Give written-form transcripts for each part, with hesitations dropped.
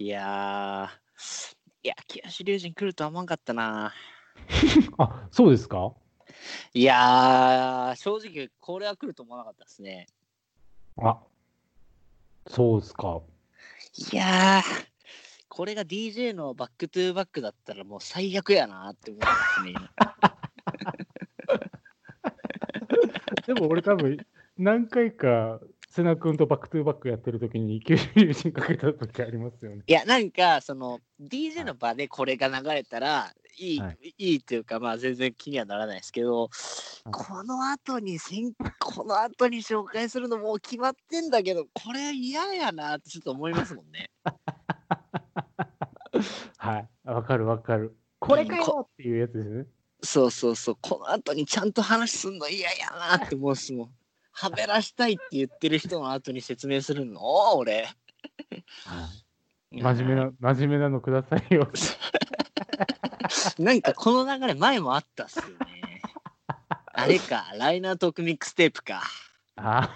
いや清志龍神来るとは思わんかったな。 あ、そうですか。 いや正直これは来ると思わなかったですね。 あ、そうですか。 いやこれが DJ のバックトゥーバックだったらもう最悪やなって思うんですね。 でも俺多分何回か瀬名君とバックトゥーバックやってる時に九州友人かけた時ありますよね。 いやなんかその DJ の場でこれが流れたらいい、 はい、 いいっていうかまあ全然気にはならないですけど、この後に紹介するのもう決まってんだけどこれ嫌やなってちょっと思いますもんね。 はい、わかるわかる。これかよっていうやつですね。 そうこの後にちゃんと話すんの嫌やなって思うしもはべらしたいって言ってる人の後に説明するの俺。 はい、真面目なのくださいよ。 なんかこの流れ前もあったっすよね。あれか、ライナートークミックステープか。 あ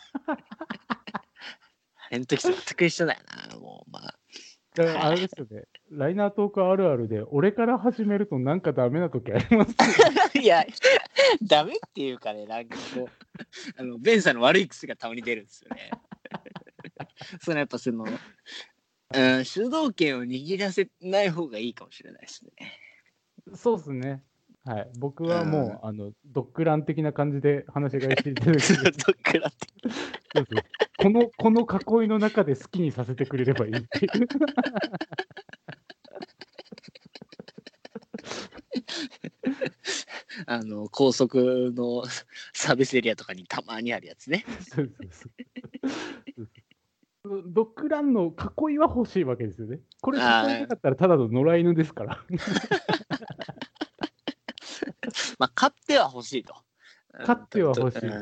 あの時と全く一緒だよな、もうまあ。 だからあれですよね。ライナートークあるあるで、俺から始めるとなんかダメな時ありますよ。 いや、ダメっていうかね、なんかこう、ベンさんの悪い癖がたまに出るんですよね。やっぱ主導権を握らせない方がいいかもしれないですね。 そうですね。はい。僕はもう、ドッグラン的な感じで話がしていただける。 ドッグラン的。 そうそう。この囲いの中で好きにさせてくれればいいっていう。 高速のサービスエリアとかにたまにあるやつね。 そうドッグランの囲いは欲しいわけですよね。これ囲いなかったらただの野良犬ですから。 まあ、勝っては欲しいと。 勝っては欲しい。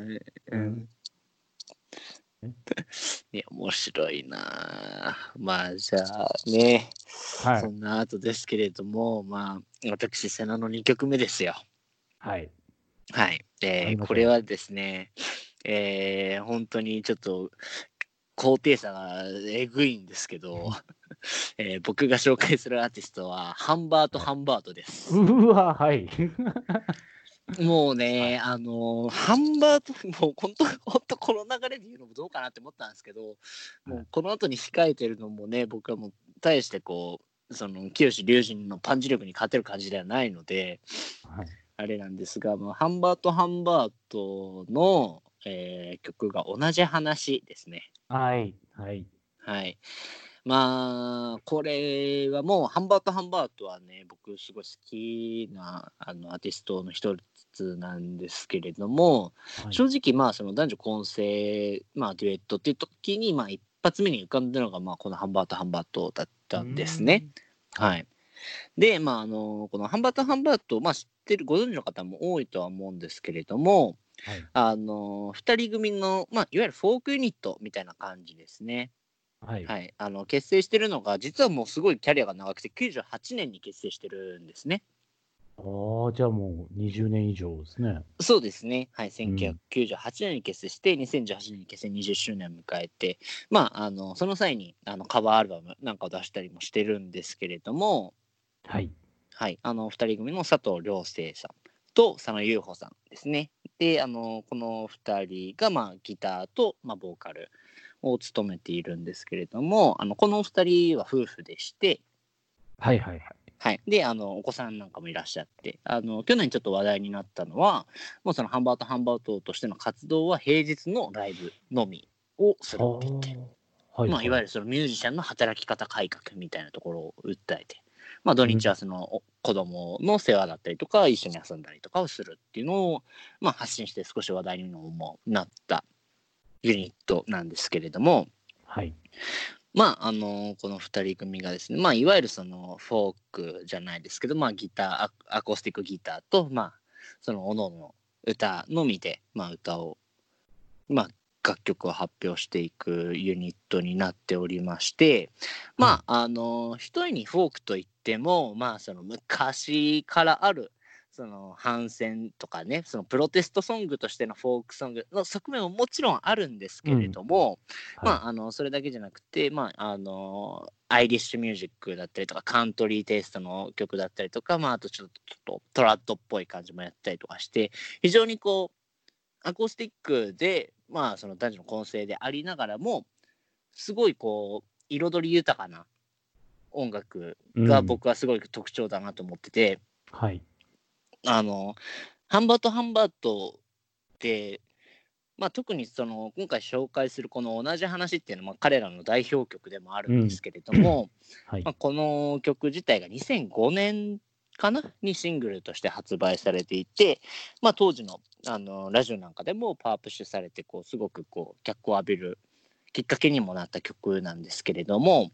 いや、面白いな。まあ、じゃあね、 はい、 そんな後ですけれども、まあ、私、瀬名の2曲目ですよ。 はい。 はい。これはですね、本当にちょっと、高低差がえぐいんですけど、僕が紹介するアーティストは、ハンバート・ハンバートです。 うわ、はい。 もうね、ハンバート、もう本当この流れで言うのもどうかなって思ったんですけど、もうこの後に控えてるのもね、僕はもう大してこう、清志龍神のパンチ力に勝てる感じではないので、 はい、あれなんですが、ハンバートの、曲が同じ話ですね。 はい。 まあこれはもうハンバートはね僕すごい好きなアーティストの一つなんですけれども、正直その男女混成、デュエットっていう時に一発目に浮かんだのがこのハンバートだったんですね。はい。でこのハンバート知ってるご存知の方も多いとは思うんですけれども、2人組のいわゆるフォークユニットみたいな感じですね。結成してるのが実はもうすごいキャリアが長くて98年に結成してるんですね。 じゃあもう20年以上ですね。 そうですね。はい、1998年に結成して2018年に結成20周年を迎えて、その際にカバーアルバムなんかを出したりもしてるんですけれども、はい、2人組の佐藤亮生さんと佐野優穂さんですね。でこの2人がギターとボーカルを務めているんですけれども、この2人は夫婦でして、でお子さんなんかもいらっしゃって、去年ちょっと話題になったのはもうそのハンバートとしての活動は平日のライブのみをするって言って、いわゆるそのミュージシャンの働き方改革みたいなところを訴えて、土日はその子供の世話だったりとか一緒に遊んだりとかをするっていうのを、発信して少し話題にもなったユニットなんですけれども、この2人組がですね、いわゆるそのフォークじゃないですけど、ギターアコースティックギターとその各々の歌のみで歌を楽曲を発表していくユニットになっておりまして、一重にフォークといってもその昔からあるその反戦とかね、そのプロテストソングとしてのフォークソングの側面ももちろんあるんですけれども、それだけじゃなくて、アイリッシュミュージックだったりとかカントリーテイストの曲だったりとか、あとちょっとトラッドっぽい感じもやったりとかして、非常にこうアコースティックでその男女の混声でありながらもすごいこう彩り豊かな音楽が僕はすごい特徴だなと思ってて、 はい。 ハンバートで、特にその今回紹介するこの同じ話っていうのは彼らの代表曲でもあるんですけれども、この曲自体が2005年かなにシングルとして発売されていて、当時のラジオなんかでもパワープッシュされてすごく脚光を浴びるきっかけにもなった曲なんですけれども、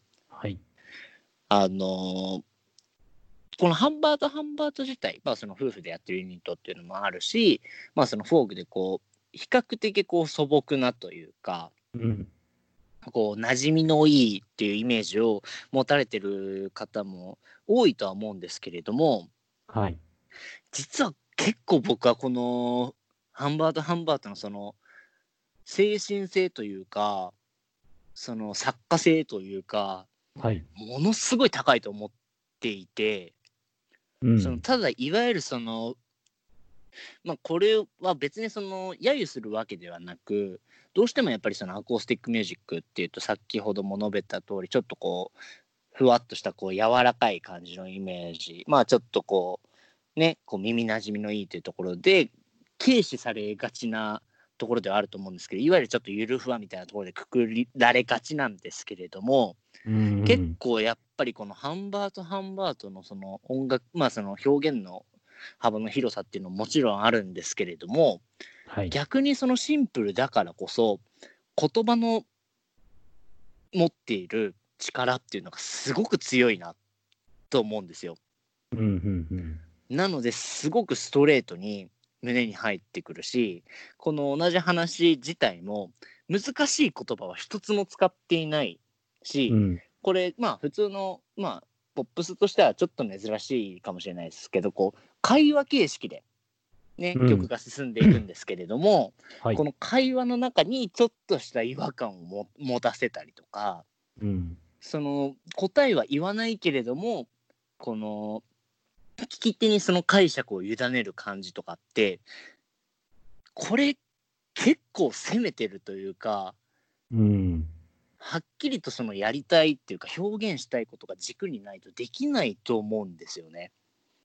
このハンバート自体、その夫婦でやってるユニットっていうのもあるし、そのフォークで比較的素朴なというか、馴染みのいいっていうイメージを持たれてる方も多いとは思うんですけれども、実は結構僕はこのハンバートのその精神性というか、その作家性というか、ものすごい高いと思っていて、そのただいわゆるそのこれは別にその揶揄するわけではなく、どうしてもやっぱりそのアコースティックミュージックっていうと先ほども述べた通りちょっとふわっとした柔らかい感じのイメージ、ちょっと耳なじみのいいというところで軽視されがちなところではあると思うんですけど、いわゆるちょっとゆるふわみたいなところでくくられがちなんですけれども、結構やっぱりこのハンバートのその音楽、その表現の幅の広さっていうのももちろんあるんですけれども、逆にそのシンプルだからこそ言葉の持っている力っていうのがすごく強いなと思うんですよ。なのですごくストレートに胸に入ってくるし、この同じ話自体も難しい言葉は一つも使っていないし、これ普通のポップスとしてはちょっと珍しいかもしれないですけど、会話形式で曲が進んでいくんですけれども、この会話の中にちょっとした違和感を持たせたりとか、その答えは言わないけれどもこの聞き手にその解釈を委ねる感じとかって、これ結構攻めてるというか、はっきりとそのやりたいっていうか表現したいことが軸にないとできないと思うんですよね。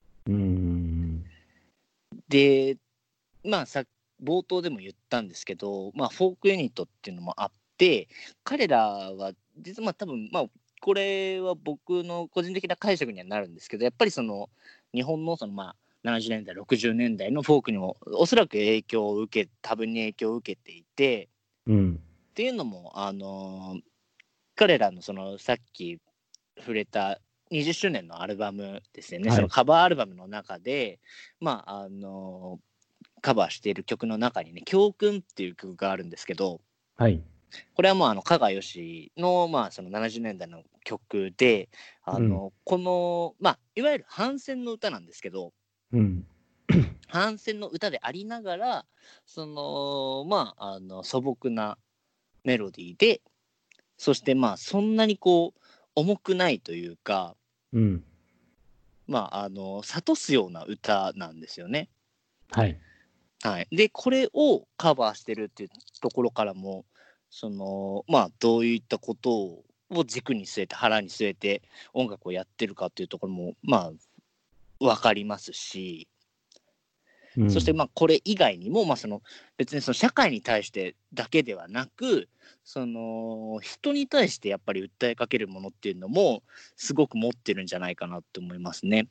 で冒頭でも言ったんですけど、フォークユニットっていうのもあって、彼らは実は多分これは僕の個人的な解釈にはなるんですけど、やっぱりその日本のその70年代60年代のフォークにもおそらく多分に影響を受けていて、っていうのも彼らのそのさっき触れた20周年のアルバムですね、そのカバーアルバムの中でカバーしている曲の中にね、教訓っていう曲があるんですけど、これはもう加賀よしのその70年代の曲で、このいわゆる反戦の歌なんですけど、反戦の歌でありながらその素朴なメロディーで、そしてそんなに重くないというか、諭すような歌なんですよね。でこれをカバーしてるっていうところからもそのどういったことを軸に据えて腹に据えて音楽をやってるかっていうところも分かりますし、そしてこれ以外にもその別にその社会に対してだけではなく、その人に対してやっぱり訴えかけるものっていうのもすごく持ってるんじゃないかなと思いますね。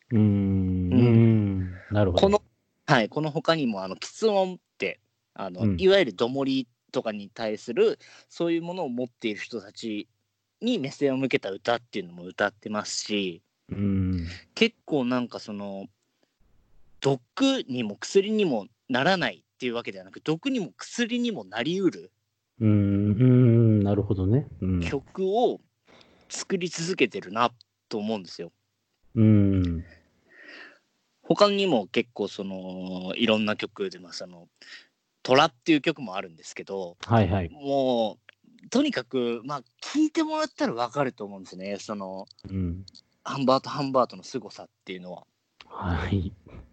なるほど。 この他にも喫音っていわゆるどもりとかに対するそういうものを持っている人たちに目線を向けた歌っていうのも歌ってますし、結構その毒にも薬にもならないっていうわけではなく、毒にも薬にもなりうるなるほどね。 曲を作り続けてるなと思うんですよ。 他にも結構いろんな曲で、トラっていう曲もあるんですけど、 はいはい。 もうとにかく聴いてもらったら分かると思うんですね。 うん。 ハンバートの凄さっていうのは。 はい。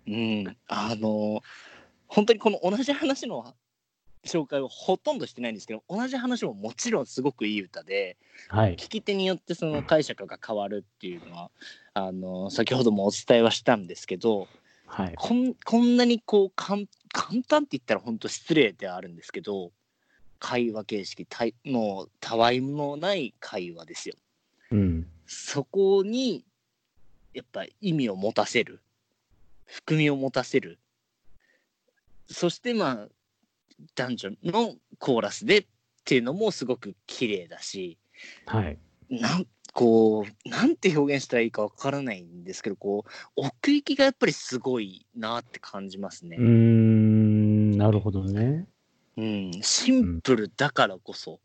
本当にこの同じ話の紹介をほとんどしてないんですけど、同じ話ももちろんすごくいい歌で、 はい。 聞き手によってその解釈が変わるっていうのは先ほどもお伝えはしたんですけど、 はい。 こんなにこう簡単って言ったら本当失礼ではあるんですけど、会話形式もうたわいもない会話ですよ。 うん。 そこにやっぱ意味を持たせる、含みを持たせる、そして男女のコーラスでっていうのもすごく綺麗だし、 はい。 なんて表現したらいいかわからないんですけど、奥行きがやっぱりすごいなって感じますね。 なるほどね。 シンプルだからこそ、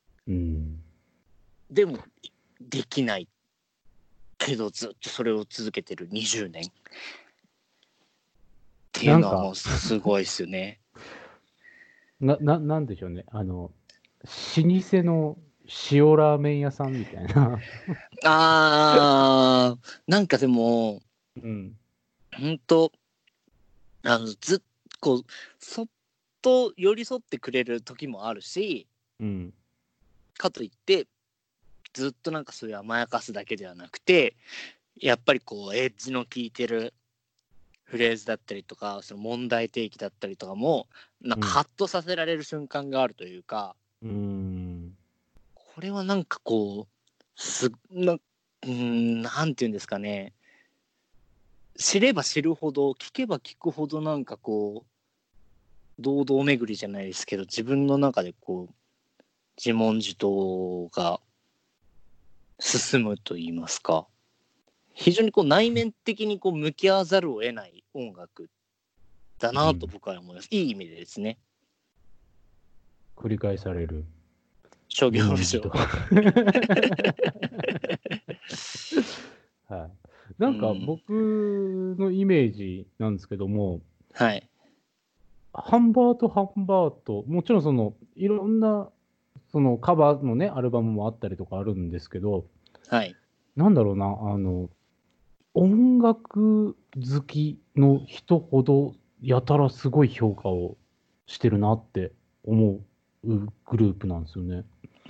でもできないけどずっとそれを続けてる20年っていうのはもうすごいですよね。 なんでしょうね。老舗の塩ラーメン屋さんみたいな。 なんかでも、本当ずっとそっと寄り添ってくれる時もあるし、かといってずっとなんかそういう甘やかすだけではなくて、やっぱりエッジの効いてるフレーズだったりとか、その問題提起だったりとかもなんかハッとさせられる瞬間があるというか、これはなんかなんていうんですかね、知れば知るほど、聞けば聞くほどなんか堂々巡りじゃないですけど、自分の中で自問自答が進むと言いますか、非常に内面的に向き合わざるを得ない音楽だなと僕は思います。いい意味でですね。 繰り返される商業部長。 はい。なんか僕のイメージなんですけども、 はい。 ハンバート、もちろんいろんなカバーのね、アルバムもあったりとかあるんですけど、 はい。 なんだろうな、音楽好きの人ほどやたらすごい評価をしてるなって思うグループなんですよね。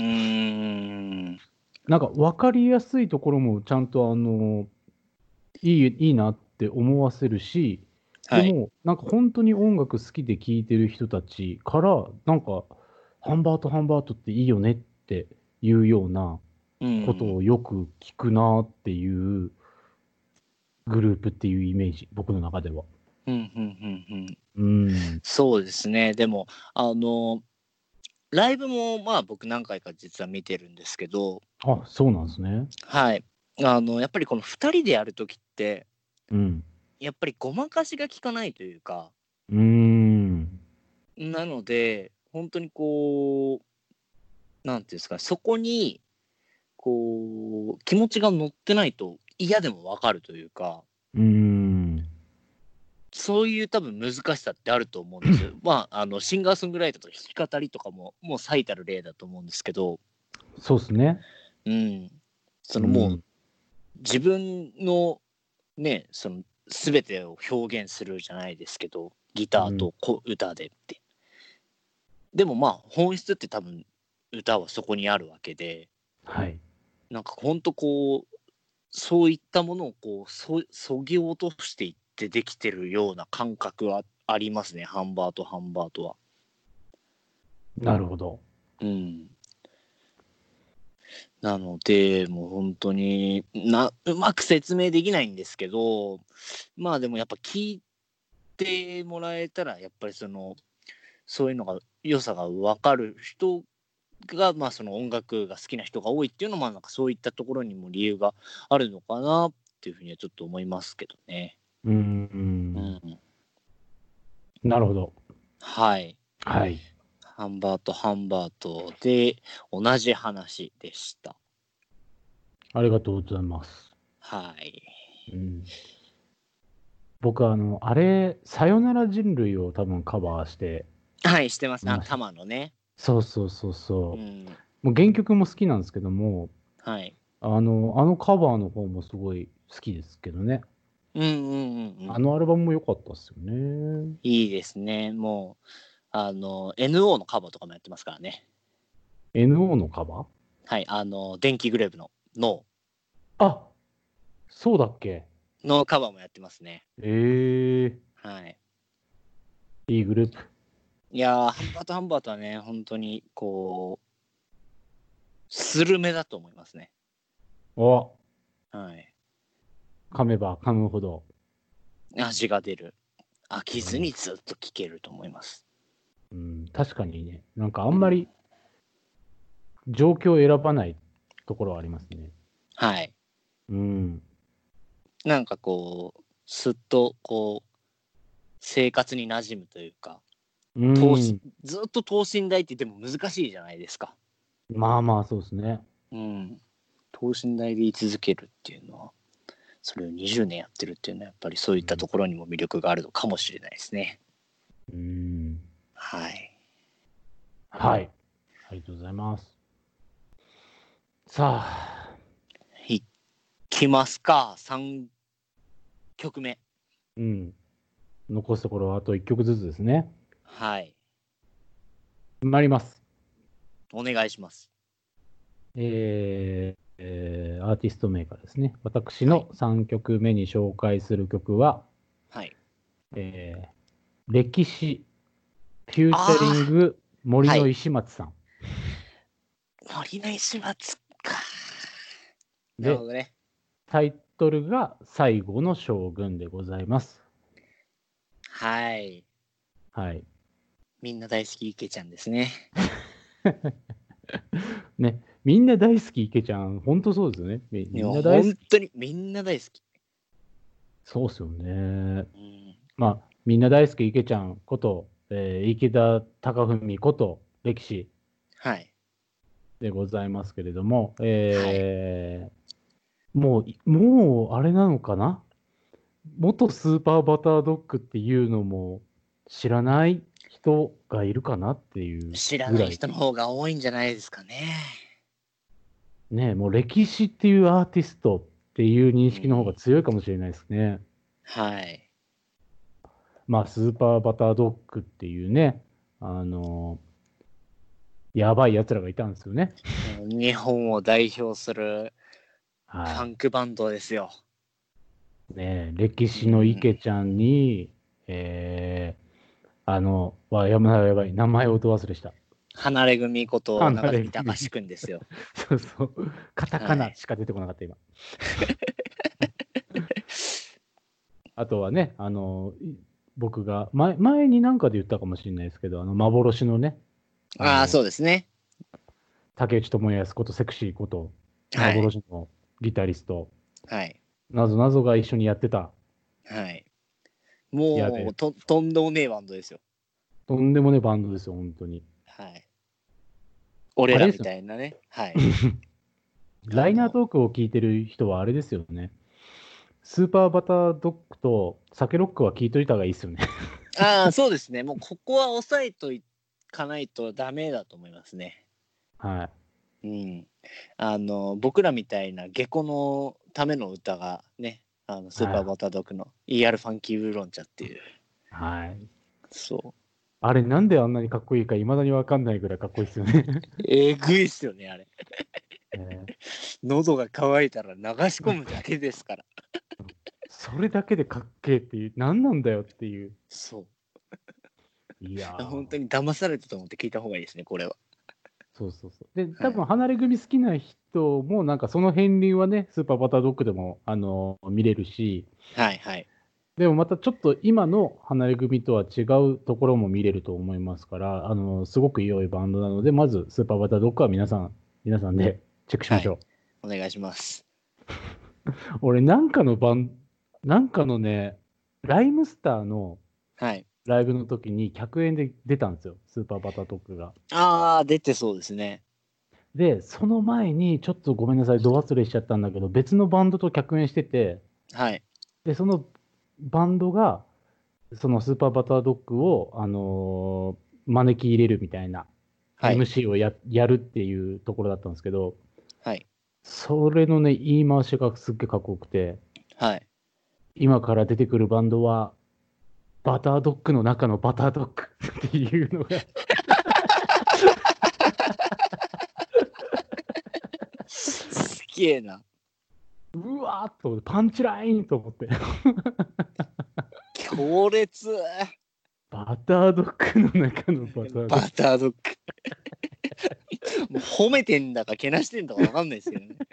なんか分かりやすいところもちゃんといいなって思わせるし、でもなんか本当に音楽好きで聴いてる人たちからなんかハンバートっていいよねっていうようなことをよく聞くなっていうグループっていうイメージ、僕の中では。 そうですね。でもライブも僕何回か実は見てるんですけど、 あ、そうなんですね。 はい。やっぱりこの2人でやるときって、 うん。 やっぱりごまかしが効かないというか、なので、本当になんていうんですか、そこに、気持ちが乗ってないと嫌でもわかるというか、そういう多分難しさってあると思うんですよ。シンガーソングライターとか弾き語りとかも、もう最たる例だと思うんですけど、 そうですね。 もう、自分のね、全てを表現するじゃないですけど、ギターと歌でって。でも本質って多分歌はそこにあるわけで、 はい。 なんかほんとそういったものをそぎ落としていってできてるような感覚はありますね、ハンバートは。 なるほど。 なので、もう本当にうまく説明できないんですけど、でもやっぱ聞いてもらえたら、やっぱりそういうのが良さが分かる人が、その音楽が好きな人が多いっていうのも、なんかそういったところにも理由があるのかなっていうふうにはちょっと思いますけどね。 なるほど。 はい。 はい。 ハンバートで同じ話でした。 ありがとうございます。 はい。 僕あれ、さよなら人類を多分カバーしてはい、してます。 いました。 玉のね。 そうそうそうそう。 うん。 もう原曲も好きなんですけども、 はい。 あのカバーの方もすごい好きですけどね。 うんうんうんうん。 あのアルバムも良かったっすよね。 いいですね。もう、NO のカバーとかもやってますからね。 NO のカバー。 はい、電気グレーブのノあ、そうだっけ。 ーのカバーもやってますね。はい。 いいグループ。 いやー、ハンバートはね、本当に、こう、スルメだと思いますね。 お、 はい。 噛めば噛むほど。 味が出る。飽きずにずっと聴けると思います。 うん、確かにね、なんかあんまり状況を選ばないところはありますね。 はい。 うん。 なんかこう、すっと、こう、生活に馴染むというか、 うん。 ずっと等身大って言っても難しいじゃないですか。 まあまあ、そうですね。 うん。等身大で居続けるっていうのは、それを20年やってるっていうのは、やっぱりそういったところにも魅力があるのかもしれないですね。 うん。 はい。 はい。ありがとうございます。さあ。 いきますか。3曲目。 うん。残すところはあと1曲ずつですね。 はい。 参ります。 お願いします。 アーティスト名がですね。私はい。 の3曲目に紹介する曲は、 はい。 歴史、フューチャリンあグ、 あ、 森のはい。 石松さん。 森の石松か。なるほで、 どね。 タイトルが最後の将軍でございます。 はい。 はい。 みんな大好き池ちゃんですね。 ね、みんな大好き池ちゃん、本当そうですよね。みんな大好き。 本当にみんな大好き。 そうっすよね。 うん、 まあ、みんな大好き池ちゃんこと、池田貴文こと歴史はい。 でございますけれども、 はい。 もうあれなのかな、元スーパーバタードッグっていうのも知らない人がいるかなっていう知らぐらい、 ない人の方が多いんじゃないですかね。 ね、もう歴史っていうアーティストっていう認識の方がうん、 強いかもしれないですね。 はい。 まあ、スーパーバタードッグっていうね、あのやばい奴らがいたんですよね。 日本を代表するフはい。 ァンクバンドですよ。 ね、歴史のうん、 池ちゃんに、やばいやばい、名前を音忘れした。 離れ組こと離長れ組。 崎隆くんですよ。 そうそう。カタカはい。 ナしか出てこなかった、今。あとはね、僕が前になんかで言ったかもしれないですけど、幻のね、 ああ、そうですね。 竹内智康ことセクシーこと、 はい。 幻のギタリスト、 はい。 なぞなぞが一緒にやってた、 はい。 やべえ、 もうとんでもねえバンドですよ。 とんでもねえバンドですよ、本当に。 はい。俺らみあれですよ。 たいなね。はい。 ライナートークを聞いてる人はあれですよね。スーパーバタードッグとサケロックは聞いといた方がいいですよね。 ああ、そうですね。もうここは押さえといかないとダメだと思いますね。 はい。 うん。僕らみたいな下戸のための歌がね、スーパーはバタードッグの ER ファンキーウーロン茶っていう。 い。はい。 そう。 あれ、なんであんなにかっこいいか、いまだにわかんないぐらいかっこいいですよね。 えぐいっすよね、あれ。 ね、 喉が渇いたら流し込むだけですから。 それだけでかっけえっていう、何なんだよっていう。 そいやう。本ー、 当に騙されたと思って聞いた方がいいですね、これは。 そうそうそう。で、多分はい。 離れ組好きな人も、なんかその片鱗はね、スーパーバタードッグでも、見れるし、 はいはい。 でもまたちょっと今の離れ組とは違うところも見れると思いますから、すごく良いバンドなので、まずスーパーバタードッグは皆さんでチェックしはい。 ましょお願いします。 う。俺、なんかのね、ライムスターのはい。 ライブの時に100円で出たんですよ、スーパーバタードッグが。 ああ、出てそうですね。 で、その前に、ちょっとごめんなさい、ど忘れしちゃったんだけど、別のバンドと客演してて、 はい。 で、そのバンドが、そのスーパーバタードッグを、招き入れるみたいな、 はい。 MC をやるっていうところだったんですけど、 はい。 それのね、言い回しがすっげえかっこよくて、 はい。 今から出てくるバンドは、バタードッグの中のバタードッグっていうのがすげえな。 うわーっとパンチラインと思って。 強烈。 バタードッグの中のバタードッグ。 バタードッグ。もう褒めてんだかけなしてんだか分かんないですけどね。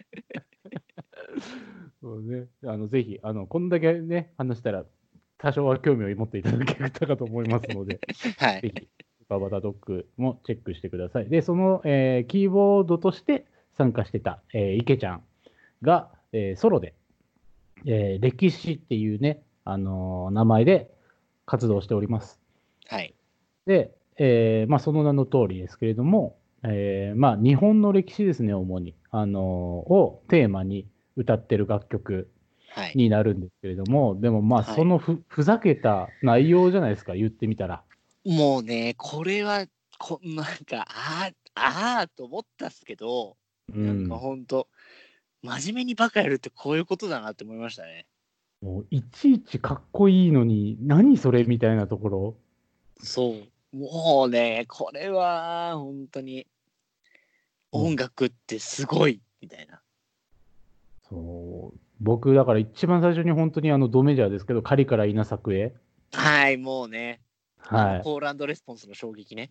そうね、ぜひこんだけね話したら多少は興味を持っていただけたかと思いますので、 はい。 ぜひバタードッグもチェックしてください。で、その、キーボードとして参加してた、池ちゃんが、ソロで、歴史っていうね、名前で活動しております。 はい。 で、まあ、その名の通りですけれども、まあ、日本の歴史ですね、主に、をテーマに歌ってる楽曲はい。 になるんですけれども、でもまあ、 はいそのふざけた内容じゃないですか、言ってみたら。 もうね、これはなんかと思ったっすけど、なんかほんと真面目にバカやるってこういうことだなって思いましたね。 もういちいちかっこいいのに、何それみたいなところ。 そう。もうね、これは本当に音楽ってすごいみたいな。 そう。僕、だから一番最初に本当にドメジャーですけど、狩りから稲作へ。 はい、もうね、 はい。 コール&レスポンスの衝撃ね。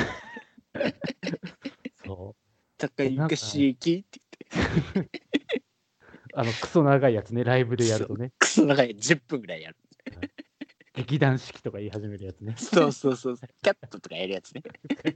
そう。 高いかしきって言って。クソ長いやつね、ライブでやるとね。 クソ長い10分ぐらいやる。 劇団四季とか言い始めるやつね。 そうそうそう。キャットとかやるやつね。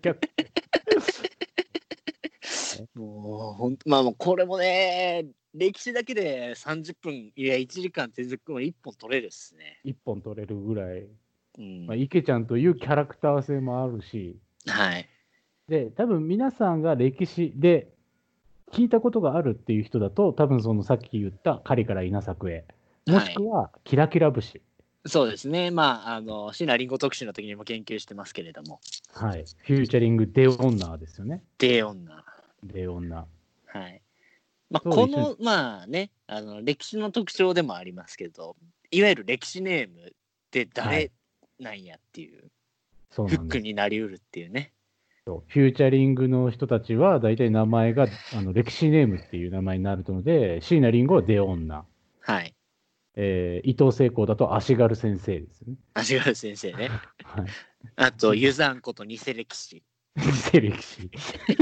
もうほんと、まあもうこれもね、歴史だけで30分、いや1時間続くの1本取れるっすね。 1本取れるぐらい。 まあ、池ちゃんというキャラクター性もあるし、 はい。 で、多分皆さんが歴史で聞いたことがあるっていう人だと、多分そのさっき言った狩りから稲作へ、もしくはキラキラ節。 そうですね。まあ、椎名林檎特集の時にも研究してますけれども。 はい。フューチャリングデオンナーですよね。 デ女。 デオンナー。はい。まあ、 この、 まあね、歴史の特徴でもありますけど、いわゆる歴史ネームって誰なんやっていう、フックになりうるっていうね。 フューチャリングの人たちは大体名前が歴史ネームっていう名前になるので、椎名林檎はデオンナ。 はい。 伊藤聖光だと足軽先生ですよね。 足軽先生ね。 はい。 あと、ユザンこと偽歴史。 偽歴史。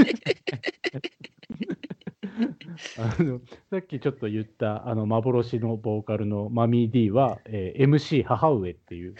さっきちょっと言った幻のボーカルのマミー D は、MC 母上っていう。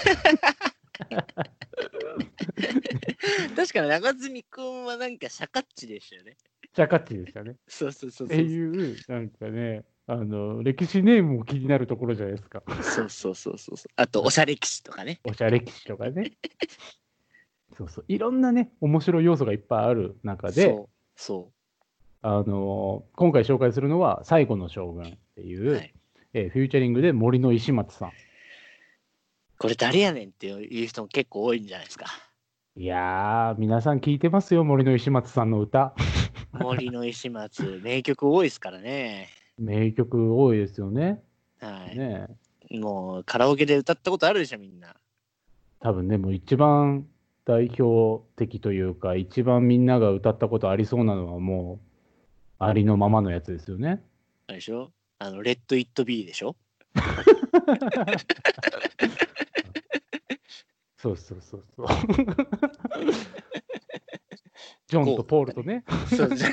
確かに中積君はなんかシャカッチでしたよね。 シャカッチでしたね。 そうそうそうそう。 っていう、なんかね、歴史ネームも気になるところじゃないですか。 そうそうそうそう。あと、おしゃ歴史とかね。 おしゃ歴史とかね。そうそう。いろんなね、面白い要素がいっぱいある中で、 そう。 今回紹介するのは、最後の将軍っていう、 はい、 フューチャリングで森の石松さん。 これ誰やねんっていう人も結構多いんじゃないですか。 いやー、皆さん聞いてますよ、森の石松さんの歌。 森の石松、名曲多いですからね。 名曲多いですよね。 はい。 ね、 もうカラオケで歌ったことあるでしょ、みんな。 多分ね、もう一番代表的というか、一番みんなが歌ったことありそうなのはもう、ありのままのやつですよね。 あれでしょ、レッド・イット・ビーでしょ。 そうそうそうそう。ジョンとポールとね。 そうジ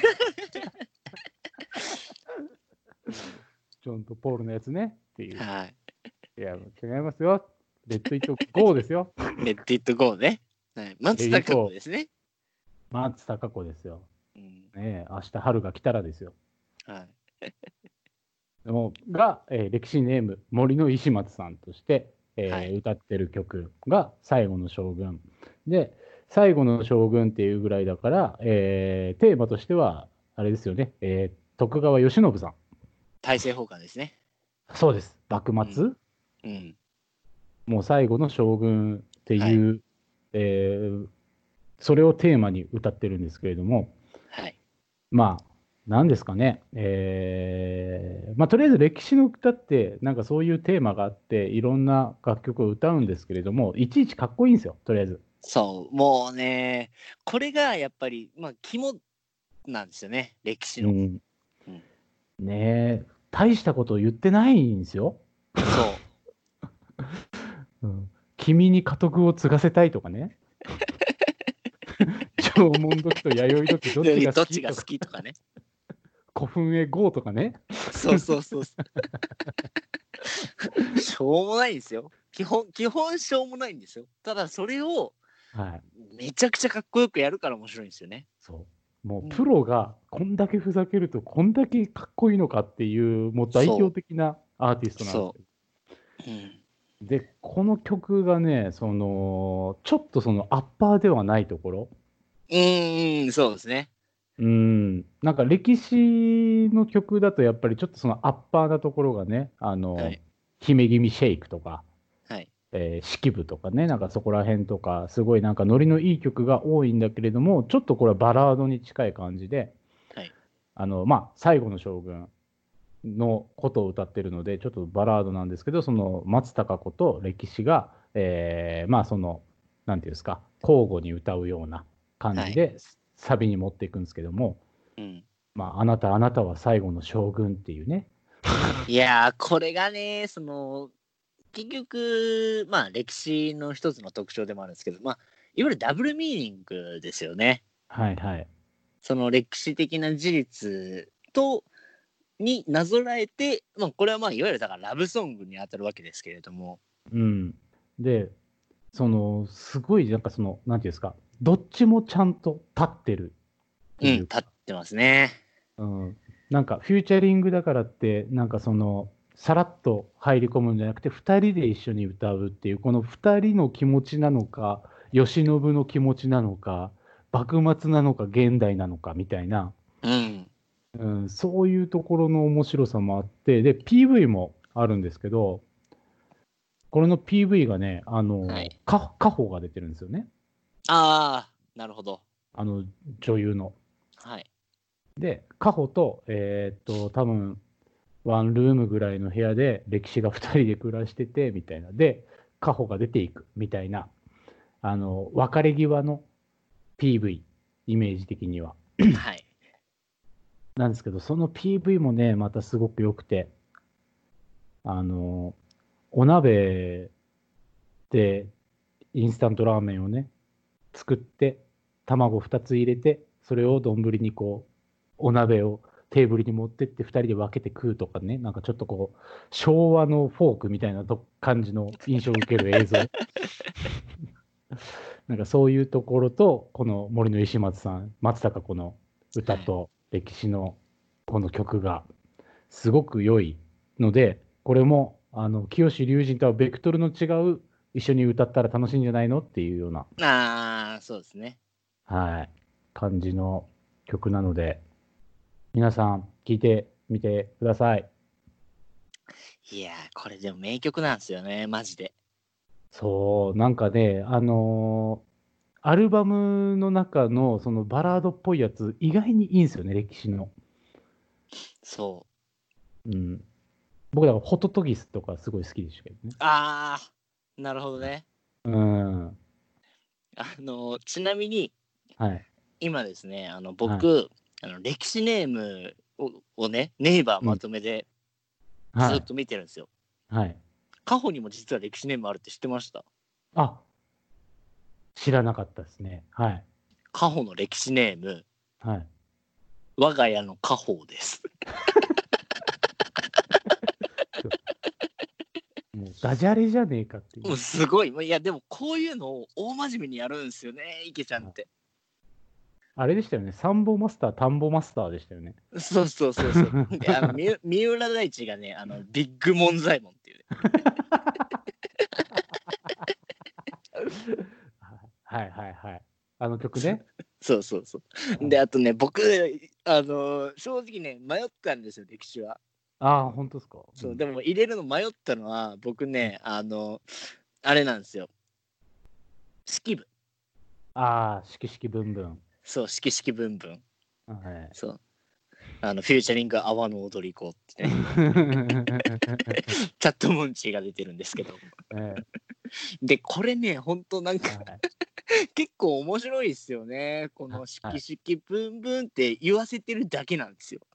ョンとポールのやつねっていう。 はい。 いや、違いますよ。レッド・イット・ゴーですよ。 レッド・イット・ゴーね。はい。松たか子ですね。 松たか子ですよ。 うん、 ね、明日春が来たらですよ。 はい。 歴史ネーム森の石松さんとして、 はい、 歌ってる曲が最後の将軍で、最後の将軍っていうぐらいだから、テーマとしてはあれですよね、徳川慶喜さん。 大政奉還ですね。 そうです。幕末、 うん。 もう最後の将軍っていう、それをテーマに歌ってるんですけれども、 はい。 まあ、なんですかね、まあ、とりあえず歴史の歌って、なんかそういうテーマがあって、いろんな楽曲を歌うんですけれども、いちいちかっこいいんですよ、とりあえず。 そう、もうね、これがやっぱり、まあ、肝なんですよね、歴史の。 うん、 うん、 ねえ、大したことを言ってないんですよ。 そうん、君に家督を継がせたいとかね、縄文土器と弥生土器どう。 っちがどっちが好好きとか、 きとかね。 古墳へ GO とかね。 そうそうそうそう。しょうもないんですよ。基本しょうもないんですよ。ただそれをはい。 めちゃくちゃかっこよくやるから面白いんですよね。 そう。もううん、 プロがこんだけふざけるとこんだけかっこいいのかっていう、もう代表そ的なアーティスう、 トなんですよ。 うん、 で、この曲がね、ちょっとアッパーではないところ、 そうですね。 なんか歴史の曲だとやっぱりちょっとそのアッパーなところがね、 はい、 姫君シェイクとか、 はい、 式部とかね、なんかそこら辺とか、すごいなんかノリのいい曲が多いんだけれども、ちょっとこれはバラードに近い感じで、 はい。 まあ、最後の将軍のことを歌ってるので、ちょっとバラードなんですけど、その松たか子と歴史が、まあ、なんていうんですか、交互に歌うような感はい。 じで、サビに持っていくんですけども、 うん。 まあ、あなたは最後の将軍っていうね。 いやー、これがね、結局、まあ、歴史の一つの特徴でもあるんですけど、まあ、いわゆるダブルミーニングですよね。 はいはい。 その歴史的な事実になぞらえて、まあ、これはまあ、いわゆるだからラブソングに当たるわけですけれども、 うん。で、すごい、なんかなんていうんですか、どっちもちゃんと立ってるってうん、 いうか、 立ってますね。 うん、なんかフューチャリングだからって、なんかさらっと入り込むんじゃなくて、2人で一緒に歌うっていう、この2人の気持ちなのか、慶喜の気持ちなのか、幕末なのか、現代なのかみたいな、 うん。 そういうところの面白さもあって、で、PV もあるんですけど、これの PV がね、 はい。 カホが出てるんですよね。 ああ、なるほど。 あの、女優の。 はい。 で、カホと、多分、ワンルームぐらいの部屋で歴史が2人で暮らしててみたいな。で、カホが出ていくみたいな、別れ際の PV、イメージ的には。 はい。 なんですけど、その PV もね、またすごく良くて、あの、お鍋でインスタントラーメンをね、作って、卵2つ入れて、それを丼にお鍋をテーブルに持ってって2人で分けて食うとかね、なんかちょっと昭和のフォークみたいな感じの印象を受ける映像。なんかそういうところと、この森の石松さん、松たか子の歌はい。 と歴史のこの曲がすごく良いので、これも、清志隆人とはベクトルの違う、一緒に歌ったら楽しいんじゃないのっていうような、 ああ、そうですね。 はい、感じの曲なので、皆さん聴いてみてください。 いやー、これでも名曲なんですよね、マジで。 そう、なんかね、アルバムの中のそのバラードっぽいやつ、意外にいいんですよね、歴史の。 そう。 うん。僕だからホトトギスとかすごい好きでしたけどね。 ああ、なるほどね。 うん。 ちなみに、 はい。 今ですね、 はい。 僕、歴史ネームをね、ネイバーうん。 まとめでずはい。 っと見てるんですよ。 はい。 過去にも実は歴史ネームあるって知ってました？ あ、知らなかったですね。はい。 過去の歴史ネーム、 はい。 我が家の家宝です。 もうダジャレじゃねえかっていう。 もうすごい。いや、でもこういうのを大真面目にやるんですよね、池ちゃんって。 あれでしたよね。サンボマスター、タンボマスターでしたよね。 そうそうそうそう。で、三浦大知がね、ビッグモンザイモンっていうね。 はいはいはい。あの曲ね。 そうそうそう。で、あとね、僕、正直ね、迷ったんですよ、歴史は。 ああ、本当ですか。うそう、 ん。 でも入れるの迷ったのは、僕うん。 ね、 あれなんですよ。式部。 ああ、しきしきぶんぶん。 そう、式式ブンブン。 はい。 そう。フューチャリング泡の踊り子ってね。チャットモンチーが出てるんですけど。で、これね、ほんとなんか、結構面白いですよね。この式式ブンブンって言わせてるだけなんですよ。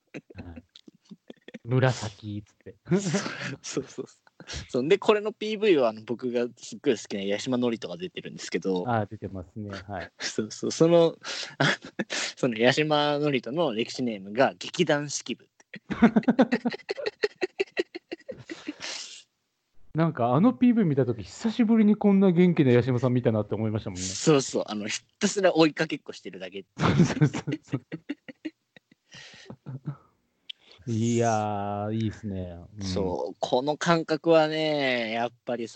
紫っつって。 そうそうそう。で、これの PV は僕がすっごい好きな八島智人が出てるんですけど、 ああ、出てますね。はい。 そうそう、その八島智人の歴史ネームが劇団四季部って。 なんかあの PV 見たとき、久しぶりにこんな元気な八島さん見たなって思いましたもんね。 そうそう、ひたすら追いかけっこしてるだけ。 いやー、いいですね。 そう、この感覚はね、やっぱり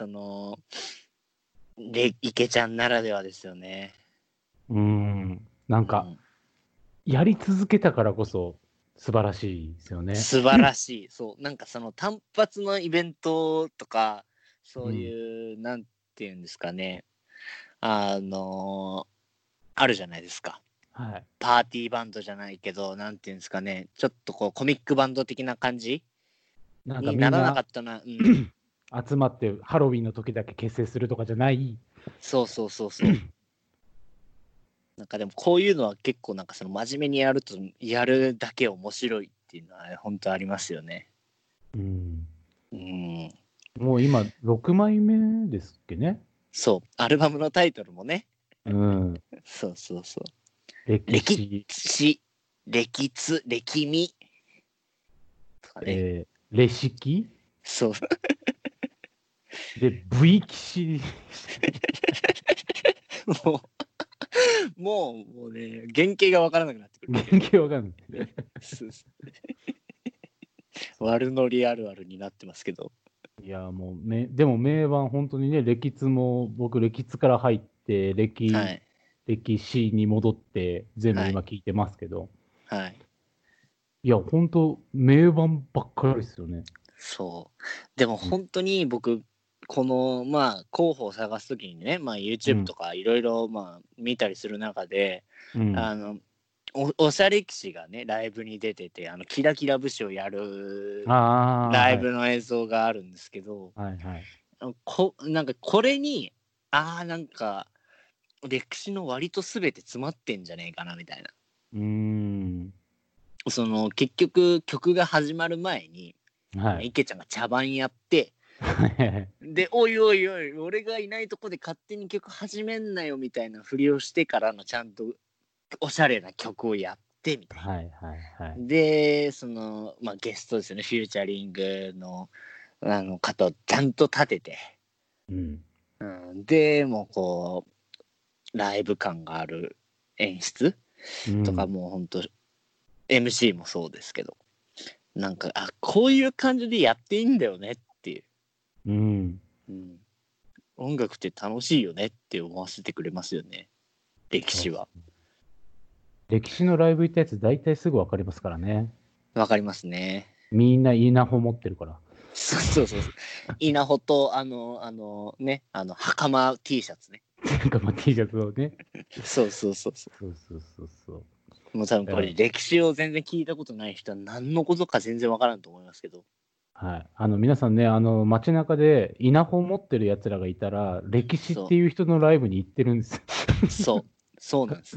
池ちゃんならではですよね。 なんか、やり続けたからこそ素晴らしいですよね。 素晴らしい。そう、なんか単発のイベントとか、そういう、なんていうんですかね、あるじゃないですか。 はい。 パーティーバンドじゃないけど、なんていうんですかね、ちょっとこうコミックバンド的な感じなんかにならなかったな。 集まってハロウィンの時だけ結成するとかじゃない。 そうそうそうそう。なんかでもこういうのは結構なんか真面目にやるとやるだけ面白いっていうのは本当ありますよね。 もう今6枚目ですっけね。 そう、アルバムのタイトルもね。そうそうそう。 歴史、歴通、歴味とかね。 レシキそう。 で、V 騎士。 もうね、原型が分からなくなってくる。 原型わかんない。 悪ノリあるあるになってますけど。 いや、もうでも名盤、本当にね、歴通も、僕、歴通から入って、歴史に戻って、全部今聞いてますけど、いや、本当、名盤ばっかりですよね。 そう。でも本当に僕、この候補を探すときにね、YouTube とかいろいろ見たりする中で、おしゃれ騎士がねライブに出ててキラキラ節をやるライブの映像があるんですけど、なんかこれになんか歴史の割と全て詰まってんじゃねえかなみたいな。結局曲が始まる前に、池ちゃんが茶番やってでおいおいおい俺がいないとこで勝手に曲始めんなよみたいなふりをしてからのちゃんとおしゃれな曲をやってみたいな。でゲストですよね、フューチャリングの方をちゃんと立てて、でもうこうライブ感がある演出とか、もうほんと MC もそうですけど、なんかこういう感じでやっていいんだよねっていう、音楽って楽しいよねって思わせてくれますよね、歴史は。 歴史のライブ行ったやつ大体すぐ分かりますからね。 分かりますね。 みんな稲穂持ってるから。 そう稲穂とね袴 T シャツね。 袴 T シャツをね。 そうもう多分これ歴史を全然聞いたことない人は何のことか全然分からんと思いますけど。 皆さんね、街中で稲穂持ってるやつらがいたら、歴史っていう人のライブに行ってるんですよ。そうなんです。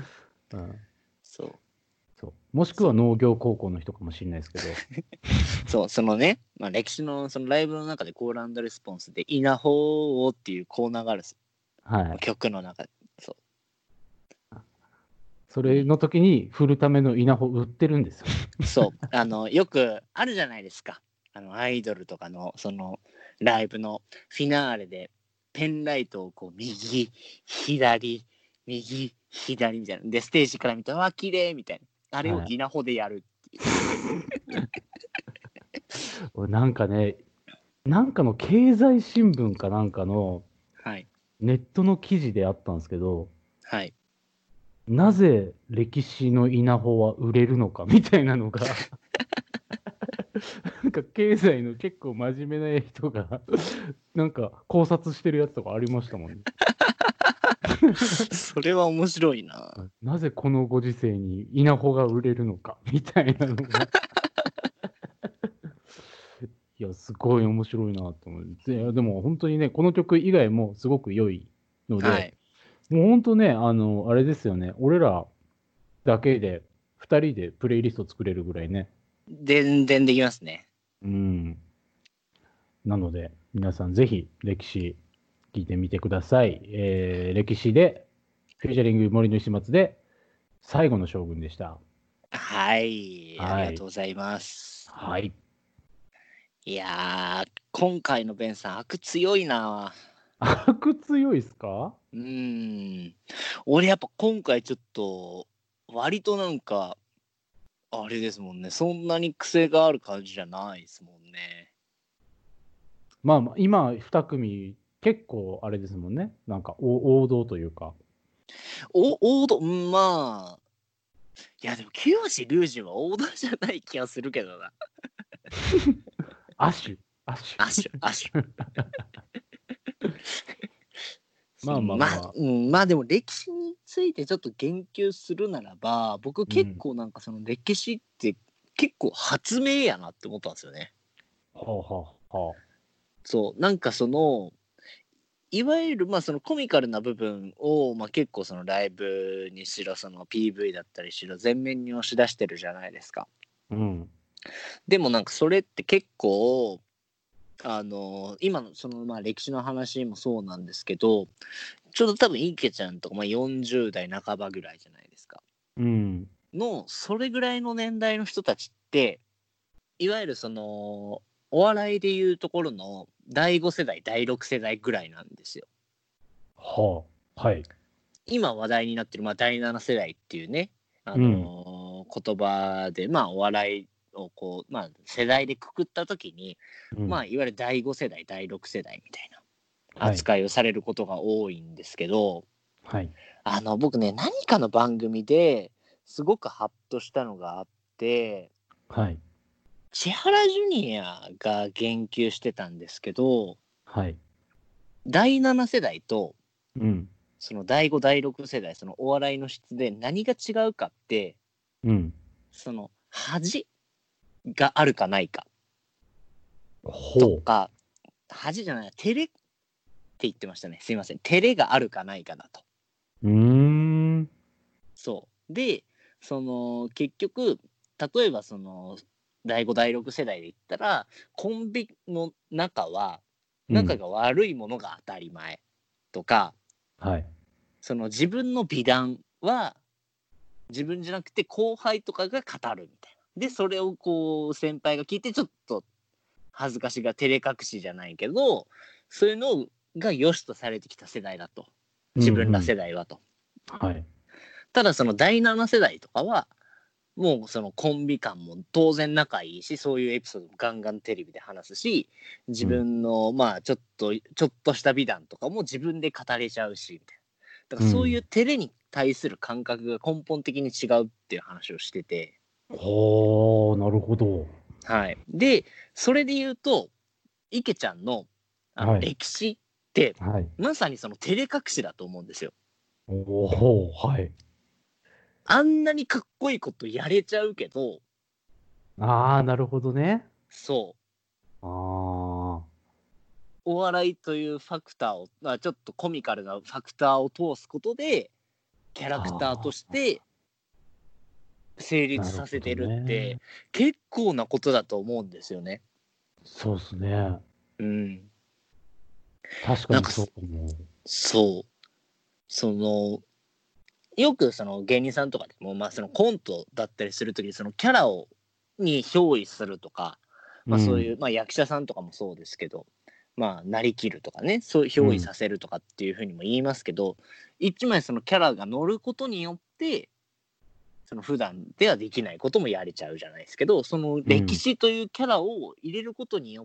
もしくは農業高校の人かもしれないですけど。ね、歴史のライブの中でコール&レスポンスで稲穂をっていうコーナーがあるんですよ。曲の中で。 それの時に振るための稲穂売ってるんですよ。 よくあるじゃないですか。アイドルとかのライブのフィナーレでペンライトをこう右左右左みたいなでステージから見たらわ綺麗みたいなあれを稲穂でやるっていう、なんかね、なんかの経済新聞かなんかのネットの記事であったんですけど、なぜ歴史の稲穂は売れるのかみたいなのがなんか経済の結構真面目な人がなんか考察してるやつとかありましたもんね。 それは面白いな。 なぜこのご時世に稲穂が売れるのかみたいなのがいや、すごい面白いなと思って。でも本当にね、この曲以外もすごく良いので、 はい。 もう本当ね、あれですよね、俺らだけで2人でプレイリスト作れるぐらいね。 全然できますね。 うん。なので、皆さんぜひ歴史聞いてみてください。歴史で、フューチャリング森の石松で、最後の将軍でした。 はい。ありはい。 がとうございます。 はい。 いやー、今回のベンさん、悪強いな。 悪強いっすか？ 俺やっぱ今回ちょっと、割となんか、あれですもんね。そんなに癖がある感じじゃないですもんね。 まあ、今、2組、結構あれですもんね。なんか王道というか。 王道、まあ、いやでも、清志隆人は王道じゃない気がするけどな。 アシュ。アシュ。 アシュ。 まあまあまあ。 まあでも歴史についてちょっと言及するならば、僕結構なんかその歴史って結構発明やなって思ったんですよね。 はあはあはあ。 そう、なんかその、いわゆるまあそのコミカルな部分を、まあ、結構そのライブにしろその PV だったりしろ全面に押し出してるじゃないですか。 うん。 でもなんかそれって結構今のそのまあ歴史の話もそうなんですけど、ちょうど多分池ちゃんとか、まあ、40代半ばぐらいじゃないですか。 うん。 のそれぐらいの年代の人たちっていわゆるそのお笑いでいうところの第5世代第6世代ぐらいなんですよ。 はあ。はい。 今話題になってる、まあ、第7世代っていうね、言葉で、まあ、お笑いをこう、まあ、世代でくくった時に、まあ、いわゆる第5世代第6世代みたいな扱いをされることが多いんですけど、 はい、 僕ね何かの番組ですごくハッとしたのがあって、 はい、 千原ジュニアが言及してたんですけど、 はい、 第7世代と、 うん、 その第5第6世代そのお笑いの質で何が違うかって、 うん、 その恥があるかないかほとか、恥じゃない照れって言ってましたね。すいません、照れがあるかないかだと。そうで、その結局例えばその第5第6世代で言ったらコンビの中は仲が悪いものが当たり前とか、 はい、 その自分の美談は自分じゃなくて後輩とかが語るみたいな。でそれをこう先輩が聞いてちょっと恥ずかしが照れ隠しじゃないけど、そういうのが良しとされてきた世代だと、自分ら世代はと。 はい、 ただその第7世代とかはもうそのコンビ感も当然仲いいし、そういうエピソードもガンガンテレビで話すし、自分のまあちょっとした美談とかも自分で語れちゃうしみたいな。だからそういう照れに対する感覚が根本的に違うっていう話をしてて。 はあ、なるほど。 はい。でそれで言うと池ちゃんの歴史って、 はい、 まさにその照れ隠しだと思うんですよ。 おお、はい。 あんなにかっこいいことやれちゃうけど。 ああ、なるほどね。 そう。 ああ。 お笑いというファクターを、ちょっとコミカルなファクターを通すことでキャラクターとして成立させてるって結構なことだと思うんですよね。 そうっすね。 うん。 確かにそう思う。 そう。そのよくその芸人さんとかでも、まあそのコントだったりするときにそのキャラに憑依するとか、まあそういう、まあ役者さんとかもそうですけど、まあなりきるとかね、そういう憑依させるとかっていうふうにも言いますけど、一枚そのキャラが乗ることによってその普段ではできないこともやれちゃうじゃないですけど、その歴史というキャラを入れることによって、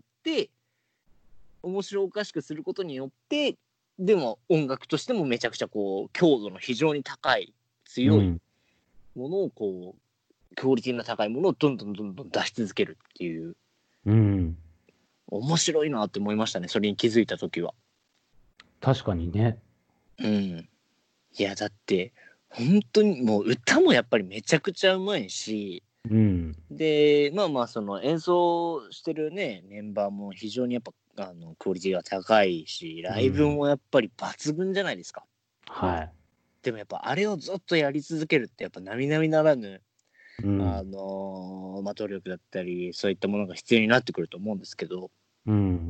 面白おかしくすることによって、でも音楽としてもめちゃくちゃこう強度の非常に高い強いものをこうクオリティの高いものをどんどん出し続けるっていううん。 面白いなって思いましたね、それに気づいた時は。 確かにね。 うん。いや、だって、本当にもう歌もやっぱりめちゃくちゃうまいし、 うん。 で、まあまあ、その演奏してるね、メンバーも非常にやっぱ、クオリティが高いし、ライブもやっぱり抜群じゃないですか。 はい。 でもやっぱあれをずっとやり続けるってやっぱ並々ならぬ、 うん。 まあ、努力だったり、そういったものが必要になってくると思うんですけど、 うん。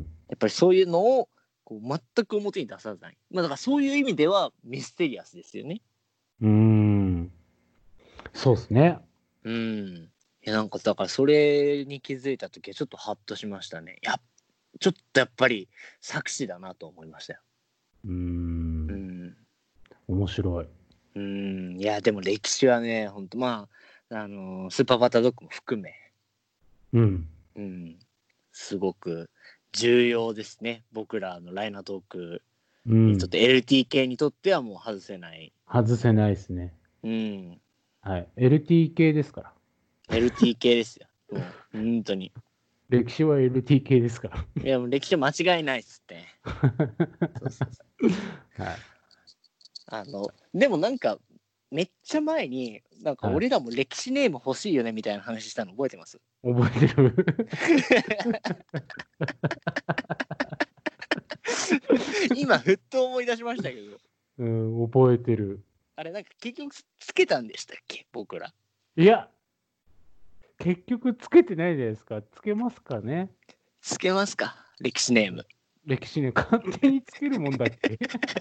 やっぱりそういうのをこう全く表に出さない。まあだからそういう意味ではミステリアスですよね。 そうですね。 うん。いやなんかだからそれに気づいた時はちょっとハッとしましたね。ちょっとやっぱり作詞だなと思いましたよ。うん。 面白い。 いやでも歴史はね、本当まあスーパーバタードッグも含め、 うん。 すごく重要ですね。僕らのライナートークうん。 にとって、LTK にとってはもう外せない。 外せないですね。 うん。 はい。LT 系ですから。 LTK ですよ。もう本当に。 歴史は LT 系ですから。 いやもう歴史は間違いないっすって。そうそうそう。 はい。 でもなんかめっちゃ前になんかはい。 俺らも歴史ネーム欲しいよねみたいな話したの覚えてます？ 覚えてる。 今ふっと思い出しましたけど、 うん、覚えてる。 あれなんか結局つけたんでしたっけ僕ら。 いや、結局つけてないじゃないですか。つけますかね。 つけますか歴史ネーム。 歴史ね、勝手につけるもんだっけ。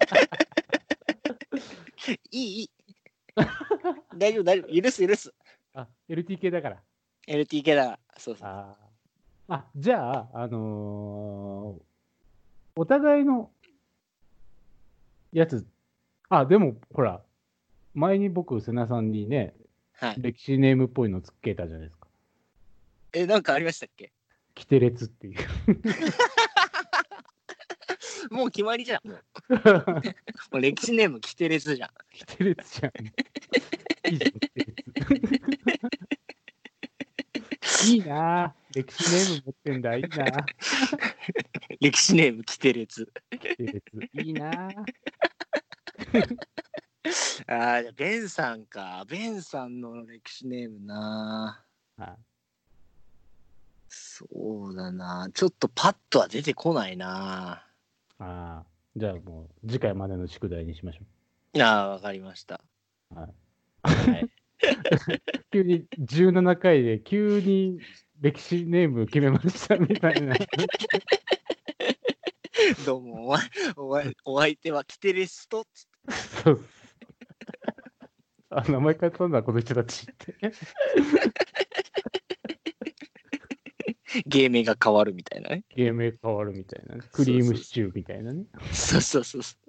いい大丈夫大丈夫、許す許す。 あ、LT 系だから。 LTK だ。そうそう。 じゃあ、お互いのやつ、でも、ほら、前に僕、瀬名さんにね、 はい。 歴史ネームっぽいのつけたじゃないですか。 なんかありましたっけ？ キテレツっていう。 もう決まりじゃん。もう歴史ネームキテレツじゃん。 キテレツじゃん。いいじゃん、キテレツ。いいなぁ。歴史ネーム持ってんだ。いいなぁ。 歴史ネームキテレツ。 キテレツ。いいなぁ。 ベンさんか。ベンさんの歴史ネームな。そうだな。ちょっとパッとは出てこないな。 じゃあもう次回までの宿題にしましょわかりました。 う。 はい。 急に17回で急に歴史ネーム決めましたみたいな。 どうもお相手はキテレスト。 そう名前変えたんだこの人たちって。 芸名が変わるみたいなね。 芸名変わるみたいな、ね。クリームシチューみたいなね。 そう。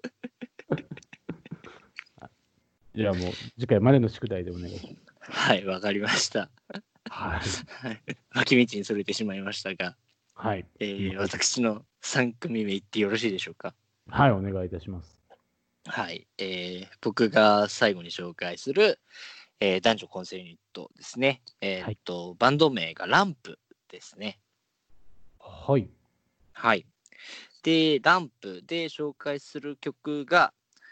じゃあもう次回までの宿題でお願いします。 はい、わかりました。 はい。 脇道にそれてしまいましたが、 はい。 私の3組目言ってよろしいでしょうか。 はい、お願いいたします。 はい、僕が最後に紹介する、男女混声ユニットですね。バンド名がランプですね。 はい。 はい。で、ランプで紹介する曲が、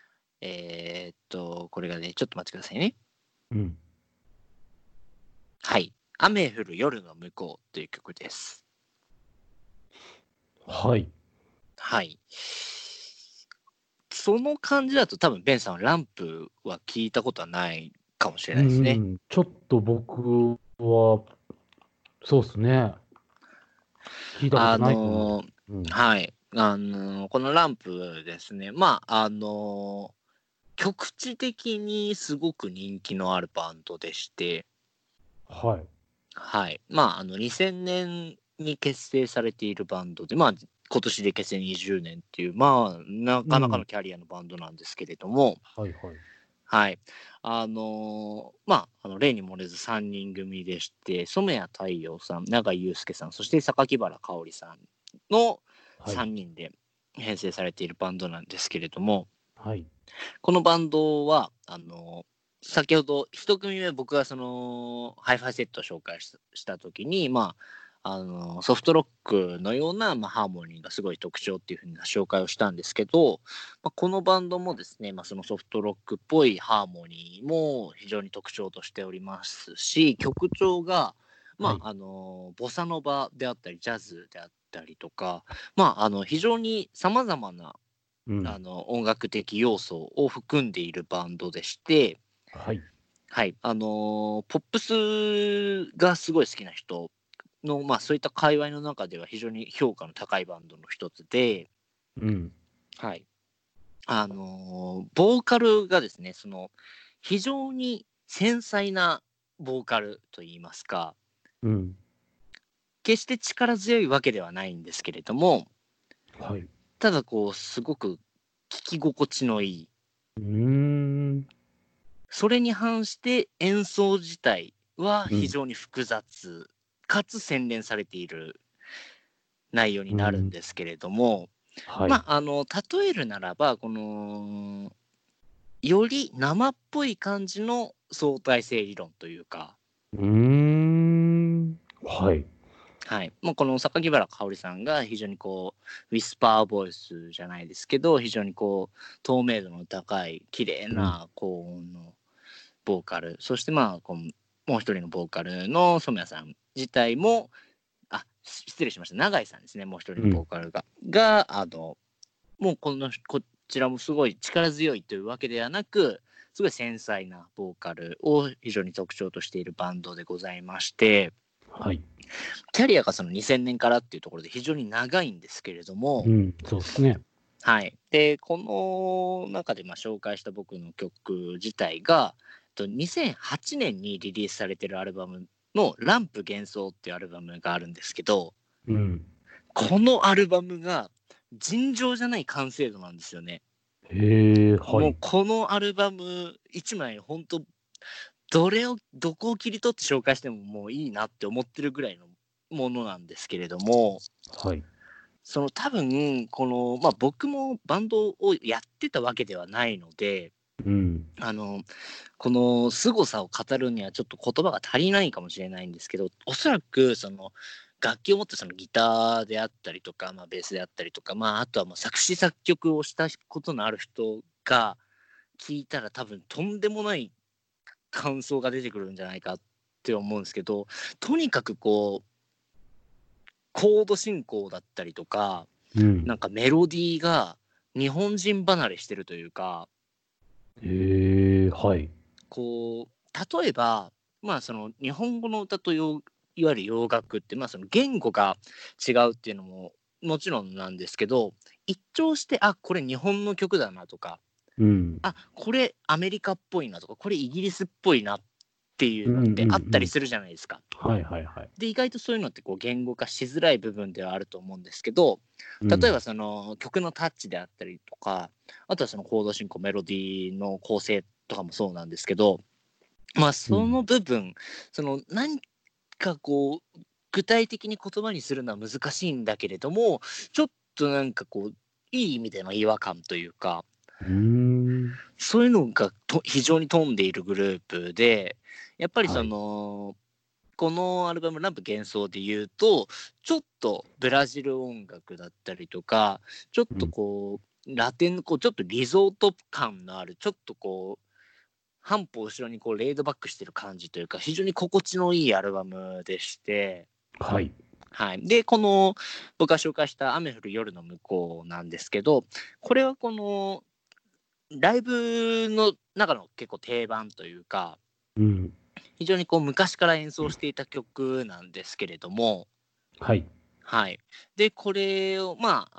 これがね、ちょっと待ってくださいね。はい。雨降る夜の向こうという曲です。 はい。 はい。 その感じだと多分ベンさんはランプは聞いたことはないかもしれないですね。 ちょっと僕は、そうですね。聞いたことないかな。 はい。このランプですね。局地的にすごく人気のあるバンドでして、 はい。 はい。2000年に結成されているバンドで、今年で結成20年っていう、なかなかのキャリアのバンドなんですけれども、 はい。 例に漏れず3人組でして、染谷太陽さん、永井祐介さん、そして榊原香織さんの3人で編成されているバンドなんですけれども、 はい、 このバンドは先ほど1組目僕がそのハイファイセットを紹介した時に、 ソフトロックのような、ハーモニーがすごい特徴っていうふうな紹介をしたんですけど、このバンドもですね、そのソフトロックっぽいハーモニーも非常に特徴としておりますし、曲調が、 はい。 ボサノバであったりジャズであったりとか、非常にさまざまなうん。 音楽的要素を含んでいるバンドでして、 はい。 はい、ポップスがすごい好きな人の、そういった界隈の中では非常に評価の高いバンドの一つで、 うん。 はい、ボーカルがですね、非常に繊細なボーカルといいますか、 うん。 決して力強いわけではないんですけれども、 はい。 ただすごく聞き心地のいい、それに反して演奏自体は非常に複雑、かつ洗練されている内容になるんですけれども、 はい。 例えるならば、より生っぽい感じの相対性理論というか、 はい。 はい、この榊原かおりさんが非常にウィスパーボイスじゃないですけど、非常に透明度の高い綺麗な高音のボーカル、そしてもう一人のボーカルの染谷さん自体も、失礼しました、永井さんですね、もう一人のボーカルが、もうこちらもすごい力強いというわけではなく、すごい繊細なボーカルを非常に特徴としているバンドでございまして、 はい。 キャリアがその2000年からっていうところで非常に長いんですけれども、 そうですね。 はい。で、この中で紹介した僕の曲自体が、2008年にリリースされてるアルバムのランプ幻想っていうアルバムがあるんですけど、このアルバムが尋常じゃない完成度なんですよね。もうこのアルバム1枚本当どこを切り取って紹介してももういいなって思ってるぐらいのものなんですけれども、 はい。 多分僕もバンドをやってたわけではないので、この凄さを語るにはちょっと言葉が足りないかもしれないんですけど、おそらく楽器を持ってギターであったりとか、ベースであったりとか、あとは作詞作曲をしたことのある人が聞いたら多分とんでもない感想が出てくるんじゃないかって思うんですけど、とにかくコード進行だったりとか、なんかメロディーが日本人離れしてるというか、 はい。 例えば、日本語の歌といわゆる洋楽って、言語が違うっていうのももちろんなんですけど、一聴して、これ日本の曲だなとか、これアメリカっぽいなとか、これイギリスっぽいなっていうのってあったりするじゃないですか。で、意外とそういうのって言語化しづらい部分ではあると思うんですけど、例えば曲のタッチであったりとか、あとはコード進行、メロディーの構成とかもそうなんですけど、その部分、何か具体的に言葉にするのは難しいんだけれども、ちょっとなんかいい意味での違和感というか、そういうのが非常に富んでいるグループで、やっぱりこのアルバム「ランプ幻想」で言うと、ちょっとブラジル音楽だったりとか、ちょっとラテンのちょっとリゾート感のある、ちょっと半歩後ろにレイドバックしてる感じというか、非常に心地のいいアルバムでして、 はい。 で、この僕が紹介した「雨降る夜の向こう」なんですけど、これはライブの中の結構定番というか、非常に昔から演奏していた曲なんですけれども、で、これを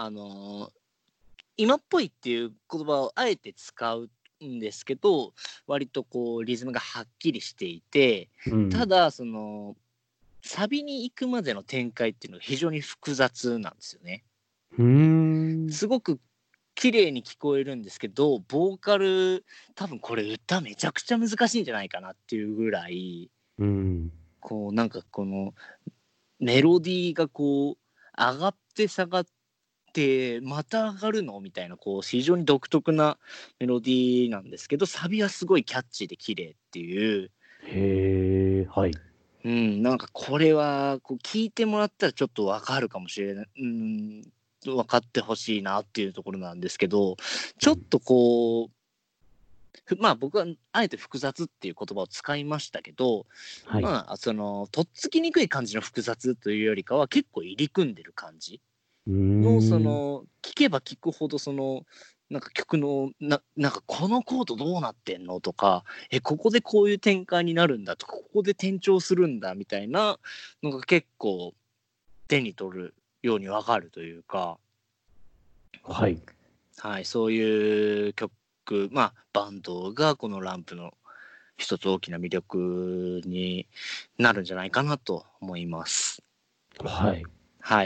今っぽいっていう言葉をあえて使うんですけど、割とリズムがはっきりしていて、ただサビに行くまでの展開っていうのが非常に複雑なんですよね。すごく綺麗に聞こえるんですけど、ボーカル多分これ歌めちゃくちゃ難しいんじゃないかなっていうぐらい、なんかこのメロディーが上がって下がってまた上がるのみたいな非常に独特なメロディーなんですけど、サビはすごいキャッチーで綺麗っていう。 なんかこれはこう聞いてもらったらちょっとわかるかもしれない。分かってほしいなっていうところなんですけど、ちょっとこう、まあ僕はあえて複雑っていう言葉を使いましたけど、 はい。 まあとっつきにくい感じの複雑というよりかは結構入り組んでる感じの、聞けば聞くほどなんか曲のなんかこのコードどうなってんのとか、ここでこういう展開になるんだとか、ここで転調するんだみたいなのが結構手に取るようにわかるというか、 はい。 はい、そういう曲、まあバンドがこのランプの一つ大きな魅力になるんじゃないかなと思います。 はい。 はい。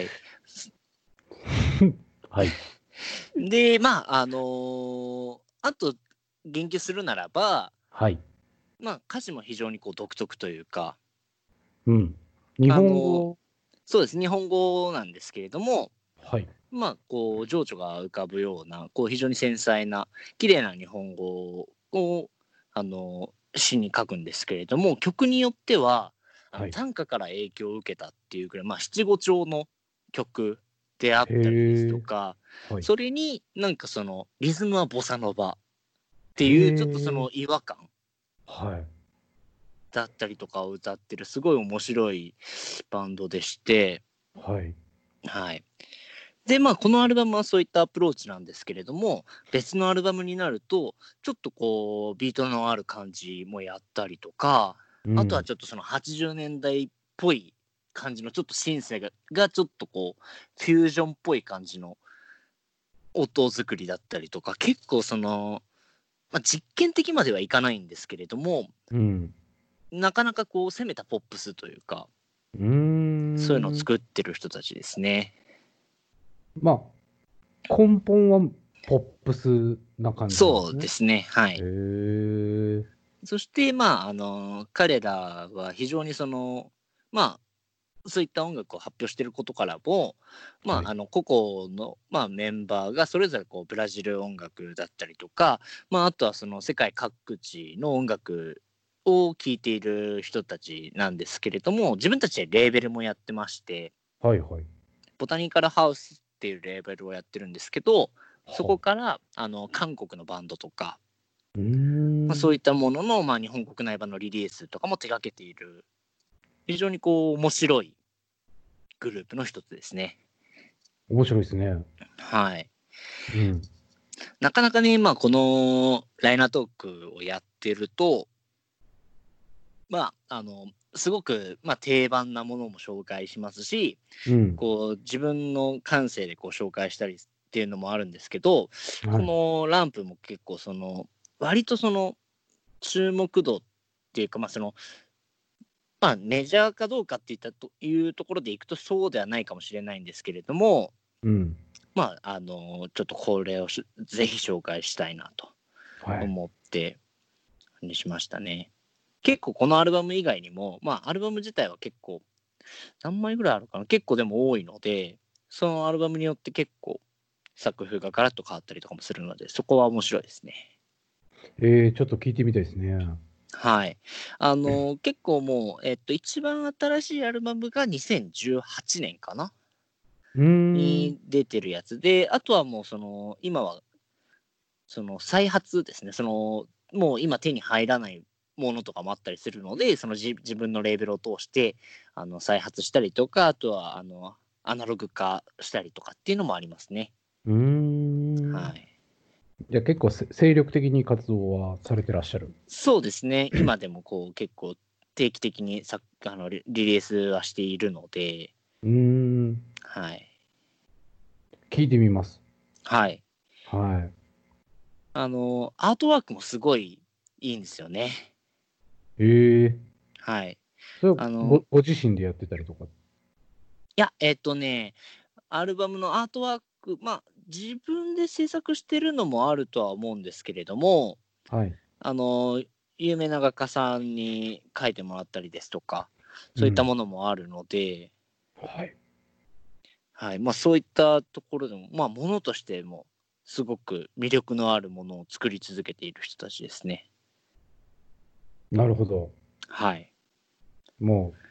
はい。 で、まああと言及するならば、 はい。 まあ歌詞も非常にこう独特というか、 うん。日あ本語。 そうです、日本語なんですけれども、 はい。 まあこう情緒が浮かぶようなこう非常に繊細な綺麗な日本語を詩に書くんですけれども、曲によってははい。 短歌から影響を受けたっていうくらい、まあ七五調の曲であっへたりですとえ。 か、 はい。 それになんかリズムはボサノバってへいうちょっとえ。 違和感はい。 だったりとかを歌ってるすごい面白いバンドでして、 はい。 はい。で、まあ、このアルバムはそういったアプローチなんですけれども、別のアルバムになると、ちょっとこう、ビートのある感じもやったりとか、あとはうん。 ちょっと80年代っぽい感じの、ちょっとシンセがちょっとこう、フュージョンっぽい感じの音作りだったりとか、結構まあ、実験的まではいかないんですけれども、 うん。 なかなかこう、攻めたポップスというか、 うーそういうのをん。 作ってる人たちですね。 まあ、根本はポップスな感じなんでそうすね。 ですね。はへい。 え。 そして、まあ、彼らは非常にまあ、そういった音楽を発表していることからも、まあ、 はい。 個々の、まあ、メンバーがそれぞれこうブラジル音楽だったりとか、まあ、あとは世界各地の音楽を聴いている人たちなんですけれども、自分たちでレーベルもやってまして、 はいはい。 ボタニカルハウスっていうレーベルをやってるんですけど、そは。 こから韓国のバンドとか、 うーまあ、そういん。 ったものの、まあ、日本国内版のリリースとかも手掛けている、非常にこう面白いグループの一つですね。 面白いですね。 はい。 うん。 なかなかね、まあ、このライナートークをやってると、まあ、すごく、まあ、定番なものも紹介しますし、 うん。 こう自分の感性でこう紹介したりっていうのもあるんですけど、こはい。 のランプも結構割と注目度っていうか、まあまあ、メジャーかどうかっていったというところでいくとそうではないかもしれないんですけれども、 うん。 まあ、ちょっとこれをぜひ紹介したいなとはい。 思ってにしましたね。結構このアルバム以外にも、まあ、アルバム自体は結構何枚ぐらいあるかな、結構でも多いので、そのアルバムによって結構作風がガラッと変わったりとかもするので、そこは面白いですね。 ちょっと聞いてみたいですね。 はい。結構もう、一番新しいアルバムが2018年かなうーん。 に出てるやつで、あとはもう今は再発ですね。もう今手に入らないものとかもあったりするので、自分のレーベルを通して再発したりとか、あとはアナログ化したりとかっていうのもありますね。 うーん。 はい。 じゃあ結構精力的に活動はされてらっしゃる。 そうですね。今でもこう結構定期的にリリースはしているので、 うーん。 はい。 聞いてみます。 はい。 はい。 アートワークもすごいいいんですよね。 ええ。 はい。 それはあの、 ご自身でやってたりとか。 いや、アルバムのアートワーク、まあ、自分で制作してるのもあるとは思うんですけれども、 はい。 あの、有名な画家さんに描いてもらったりですとか、そういったうん。 ものもあるので、 はい。 はい。まあ、そういったところでも、まあ、ものとしても、すごく魅力のあるものを作り続けている人たちですね。 なるほど。 はい。 もう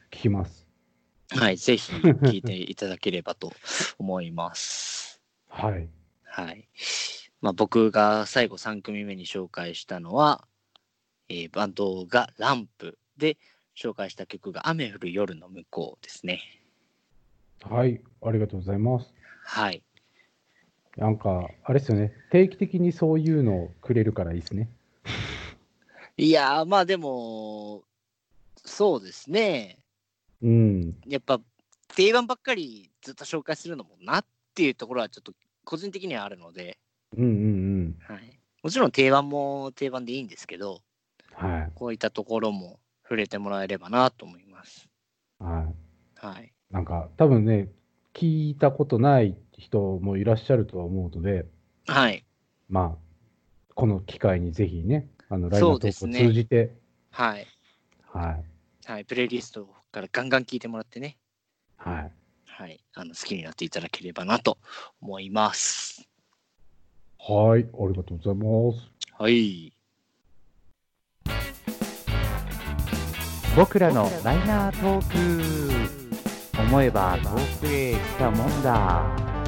聞きます。 はい、ぜひ聞いていただければと思います。 はい。 はい。まあ、僕が最後3組目に紹介したのは、バンドがランプで紹介した曲が雨降る夜の向こうですね。 はい、ありがとうございます。 はい。 なんか、あれですよね。定期的にそういうのをくれるからいいですね。 いやー、まあでも、そうですね。 うん。 やっぱ定番ばっかりずっと紹介するのもなっていうところはちょっと個人的にはあるので、 うんうんうん。 はい、もちろん定番も定番でいいんですけど、 はい。 こういったところも触れてもらえればなと思います。 はい。 はい。 なんか、多分ね、聞いたことない人もいらっしゃるとは思うので、 はい。 まあ、この機会にぜひね、ライナそうートークをですね。 通じて、 はい。 はい。 はい。プレイリストからガンガン聞いてもらってね。 はい。 はい。好きになっていただければなと思います。 はい。ありがとうございます。 はい。 僕らのライナートーク、思えば遠くへ来たもんだ。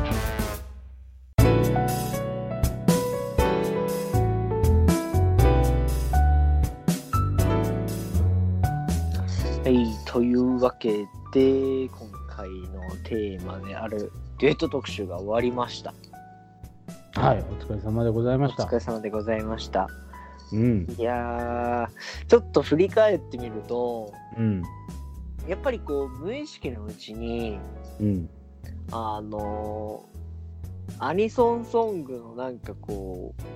はい、というわけで今回のテーマであるデュエット特集が終わりました。 はい、お疲れ様でございました。 お疲れ様でございました。 うん。 いやー、ちょっと振り返ってみると、 うん。 やっぱりこう無意識のうちに、 うん。 アニソンソングのなんかこう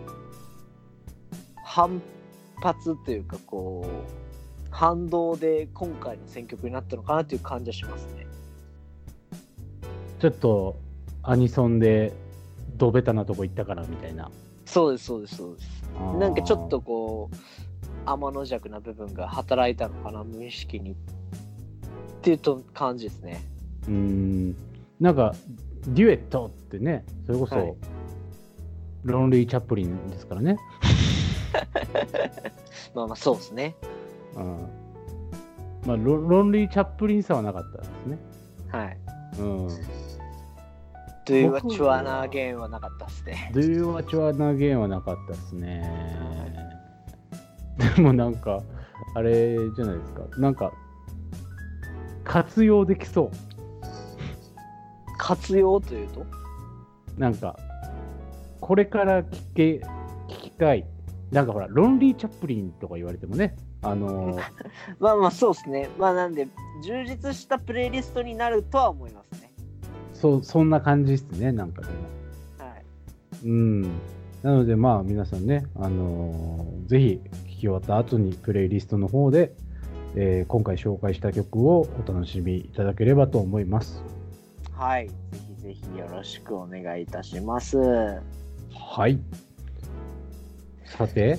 反発というかこう反動で今回の選曲になったのかなという感じはしますね。 ちょっとアニソンでドベタなとこ行ったからみたいな。 そうですそうですそうです。なんかちょっとこう天の弱な部分が働いたのかな、無意識にっていうと感じですね。 なんかデュエットってね、それこそ、 はい、 ロンリー・チャップリンですからね。 まあまあそうですね。 まあロンリー・チャップリンさはなかったですね。 はい。 うん。 ドゥーワチュアナーゲーンはなかったですね。 ドゥーワチュアナーゲーンはなかったですね。でもなんかあれじゃないですか。なんか活用できそう。 活用というと？ なんかこれから聞きたい。なんかほらロンリー・チャップリンとか言われてもね。まあまあそうですね。まあなんで充実したプレイリストになるとは思いますね。 そんな感じですね。なんかでも。 はい。 なのでまあ皆さんね、ぜひ聞き終わった後にプレイリストの方で、今回紹介した曲をお楽しみいただければと思います。 はい。ぜひぜひよろしくお願いいたします。 はい。さて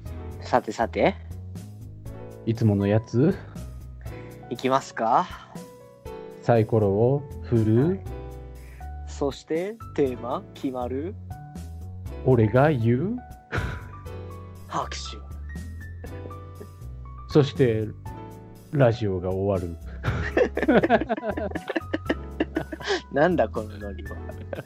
いつものやついきますか。 サイコロを振る、はい、 そしてテーマ決まる、 俺が言う拍手そしてラジオが終わるなんだこのノリは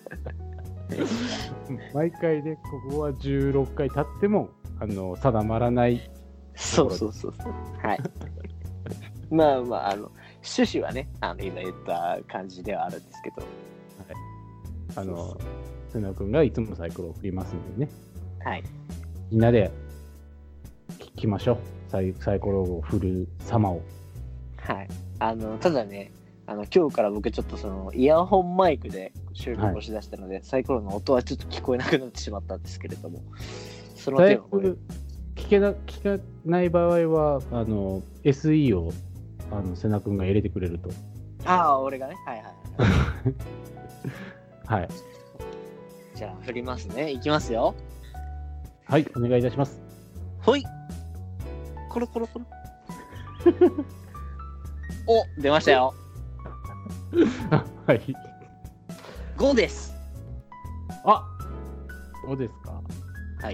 毎回ね、ここは16回経っても定まらない。 そう。はいまあまあ趣旨はね今言った感じではあるんですけど、 はい、瀬名君がいつもサイコロを振りますのでね、 はい、 みんなで聞きましょう。サイコロを振る様を。 はい。ただね今日から僕ちょっとそのイヤホンマイクで収録をしだしたので、はい、サイコロの音はちょっと聞こえなくなってしまったんですけれども、その点は聞かない場合はSE を瀬名君が入れてくれると。 ああ、俺がね、はいはい。 じゃあ振りますね。いきますよ。 はい、お願いいたします。 ほい。コロコロコロ。お、出ましたよ。 はい。 5です。 あ、5ですか。 はい。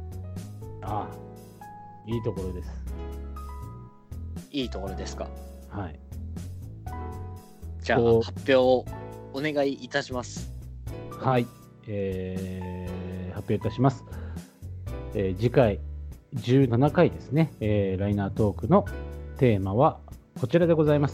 ああ、いいところです。 いいところですか。 はい。 じゃあ発表をお願いいたします。 はい、発表いたします。次回17回ですね、ライナートークのテーマはこちらでございます。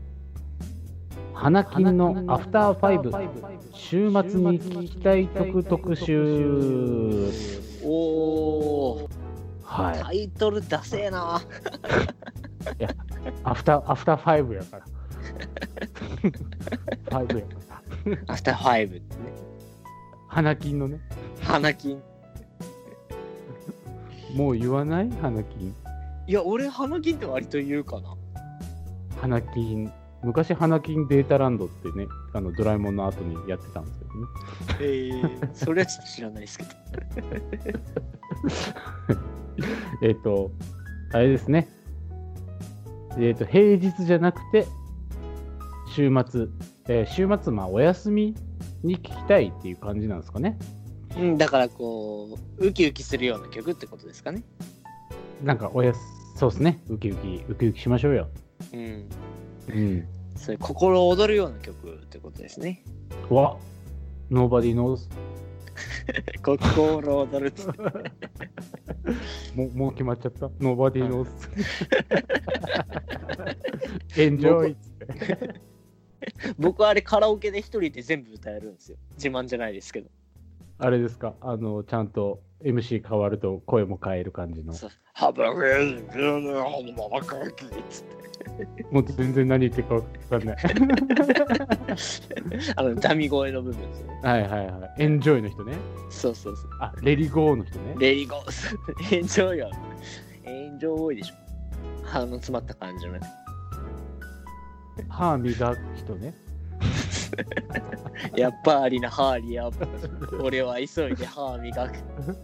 花金のアフター5週末に聞きたい特集。 おー、 はい、 タイトルダセーな。 いやアフター5やから5やからアフター5ってね、 花金のね、 花金もう言わない花金。 いや俺花金って割と言うかな。 花金、昔花金データランドってね、ドラえもんの後にやってたんですけどね。 それはちょっと知らないですけどあれですね、平日じゃなくて週末、まあお休みに聞きたいっていう感じなんですかね。 うん、だからこうウキウキするような曲ってことですかね。 なんかそうですね、ウキウキしましょうよ。 うんうん、 そういう心躍るような曲ってことですね。 わ、Nobody knows 心躍るってもう決まっちゃった。Nobody knows Enjoy 僕はあれカラオケで一人で全部歌えるんですよ。自慢じゃないですけど。 あれですか、ちゃんと MC 変わると声も変える感じの。 ハバグーグーもう全然何言ってるか分かんないダミ声の部分ですよね。 はいはいはい。エンジョイの人ね。 そう。 あ、レリゴーの人ね。 レリゴー。エンジョイよ。エンジョイでしょ。歯の詰まった感じのね。 歯磨く人ね。 やっぱりなハーリーアップ。俺は急いで歯磨く。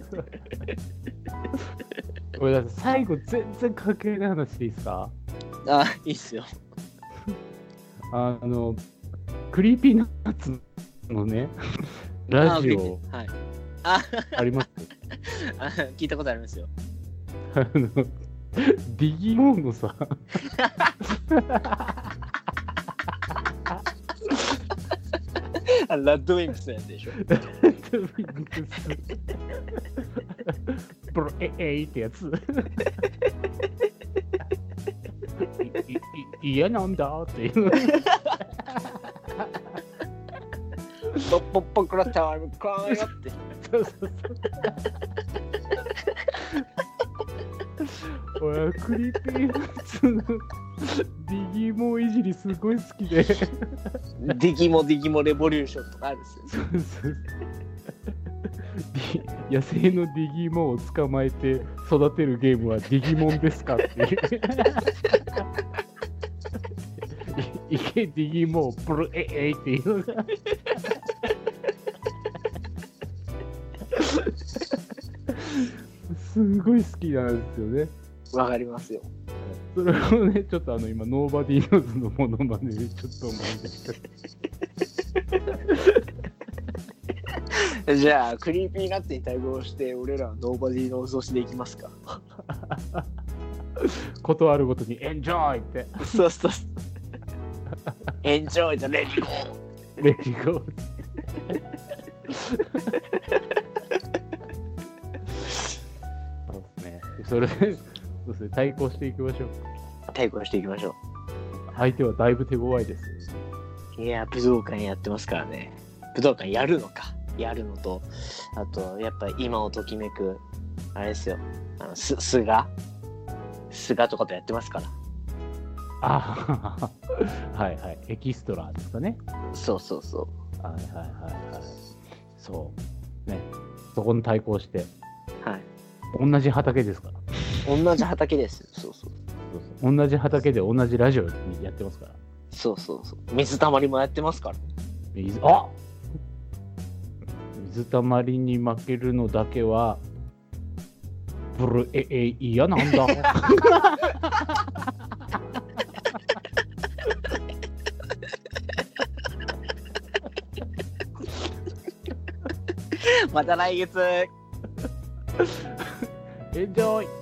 俺だって最後全然関係ない話でいいですか？ あ、いいっすよ。 クリーピーナッツのねラジオあります？ 聞いたことありますよ。 ディギモンのさラッドウィンクスのやつでしょ。 ラッドウィンクスブロってやつ嫌なんだっていうポッポッポクラタイムクライよってそう俺はクリーピーナッツのディギモいじりすごい好きでディギモレボリューションとかあるんですよ。 そう野生のディギモを捕まえて育てるゲームはディギモンですかっていういけディギモブルっていうのがすごい好きなんですよね。 わかりますよ。 それをね、ちょっと今ノーバディーノーズのモノマネでちょっと思い出した。 じゃあクリーピーナッツに対応して俺らはノーバディーノーズ推しでいきますか。 ことあるごとにエンジョイって。 そうエンジョイとレディゴーレディゴーそうですね。そうですね、対抗していきましょう。 対抗していきましょう。 相手はだいぶ手強いです。 いや、武道館やってますからね。武道館やるのと、あとやっぱり今をときめくあれですよ、菅とかとやってますから。 はいはい、エキストラですかね。 そうはい、そうね、そこに対抗して、 はい、 同じ畑ですから。 同じ畑です。そう同じ畑で同じラジオにやってますから。 そう水たまりもやってますから。 水たまりに負けるのだけは嫌なんだ。 また来月。 エンジョイ。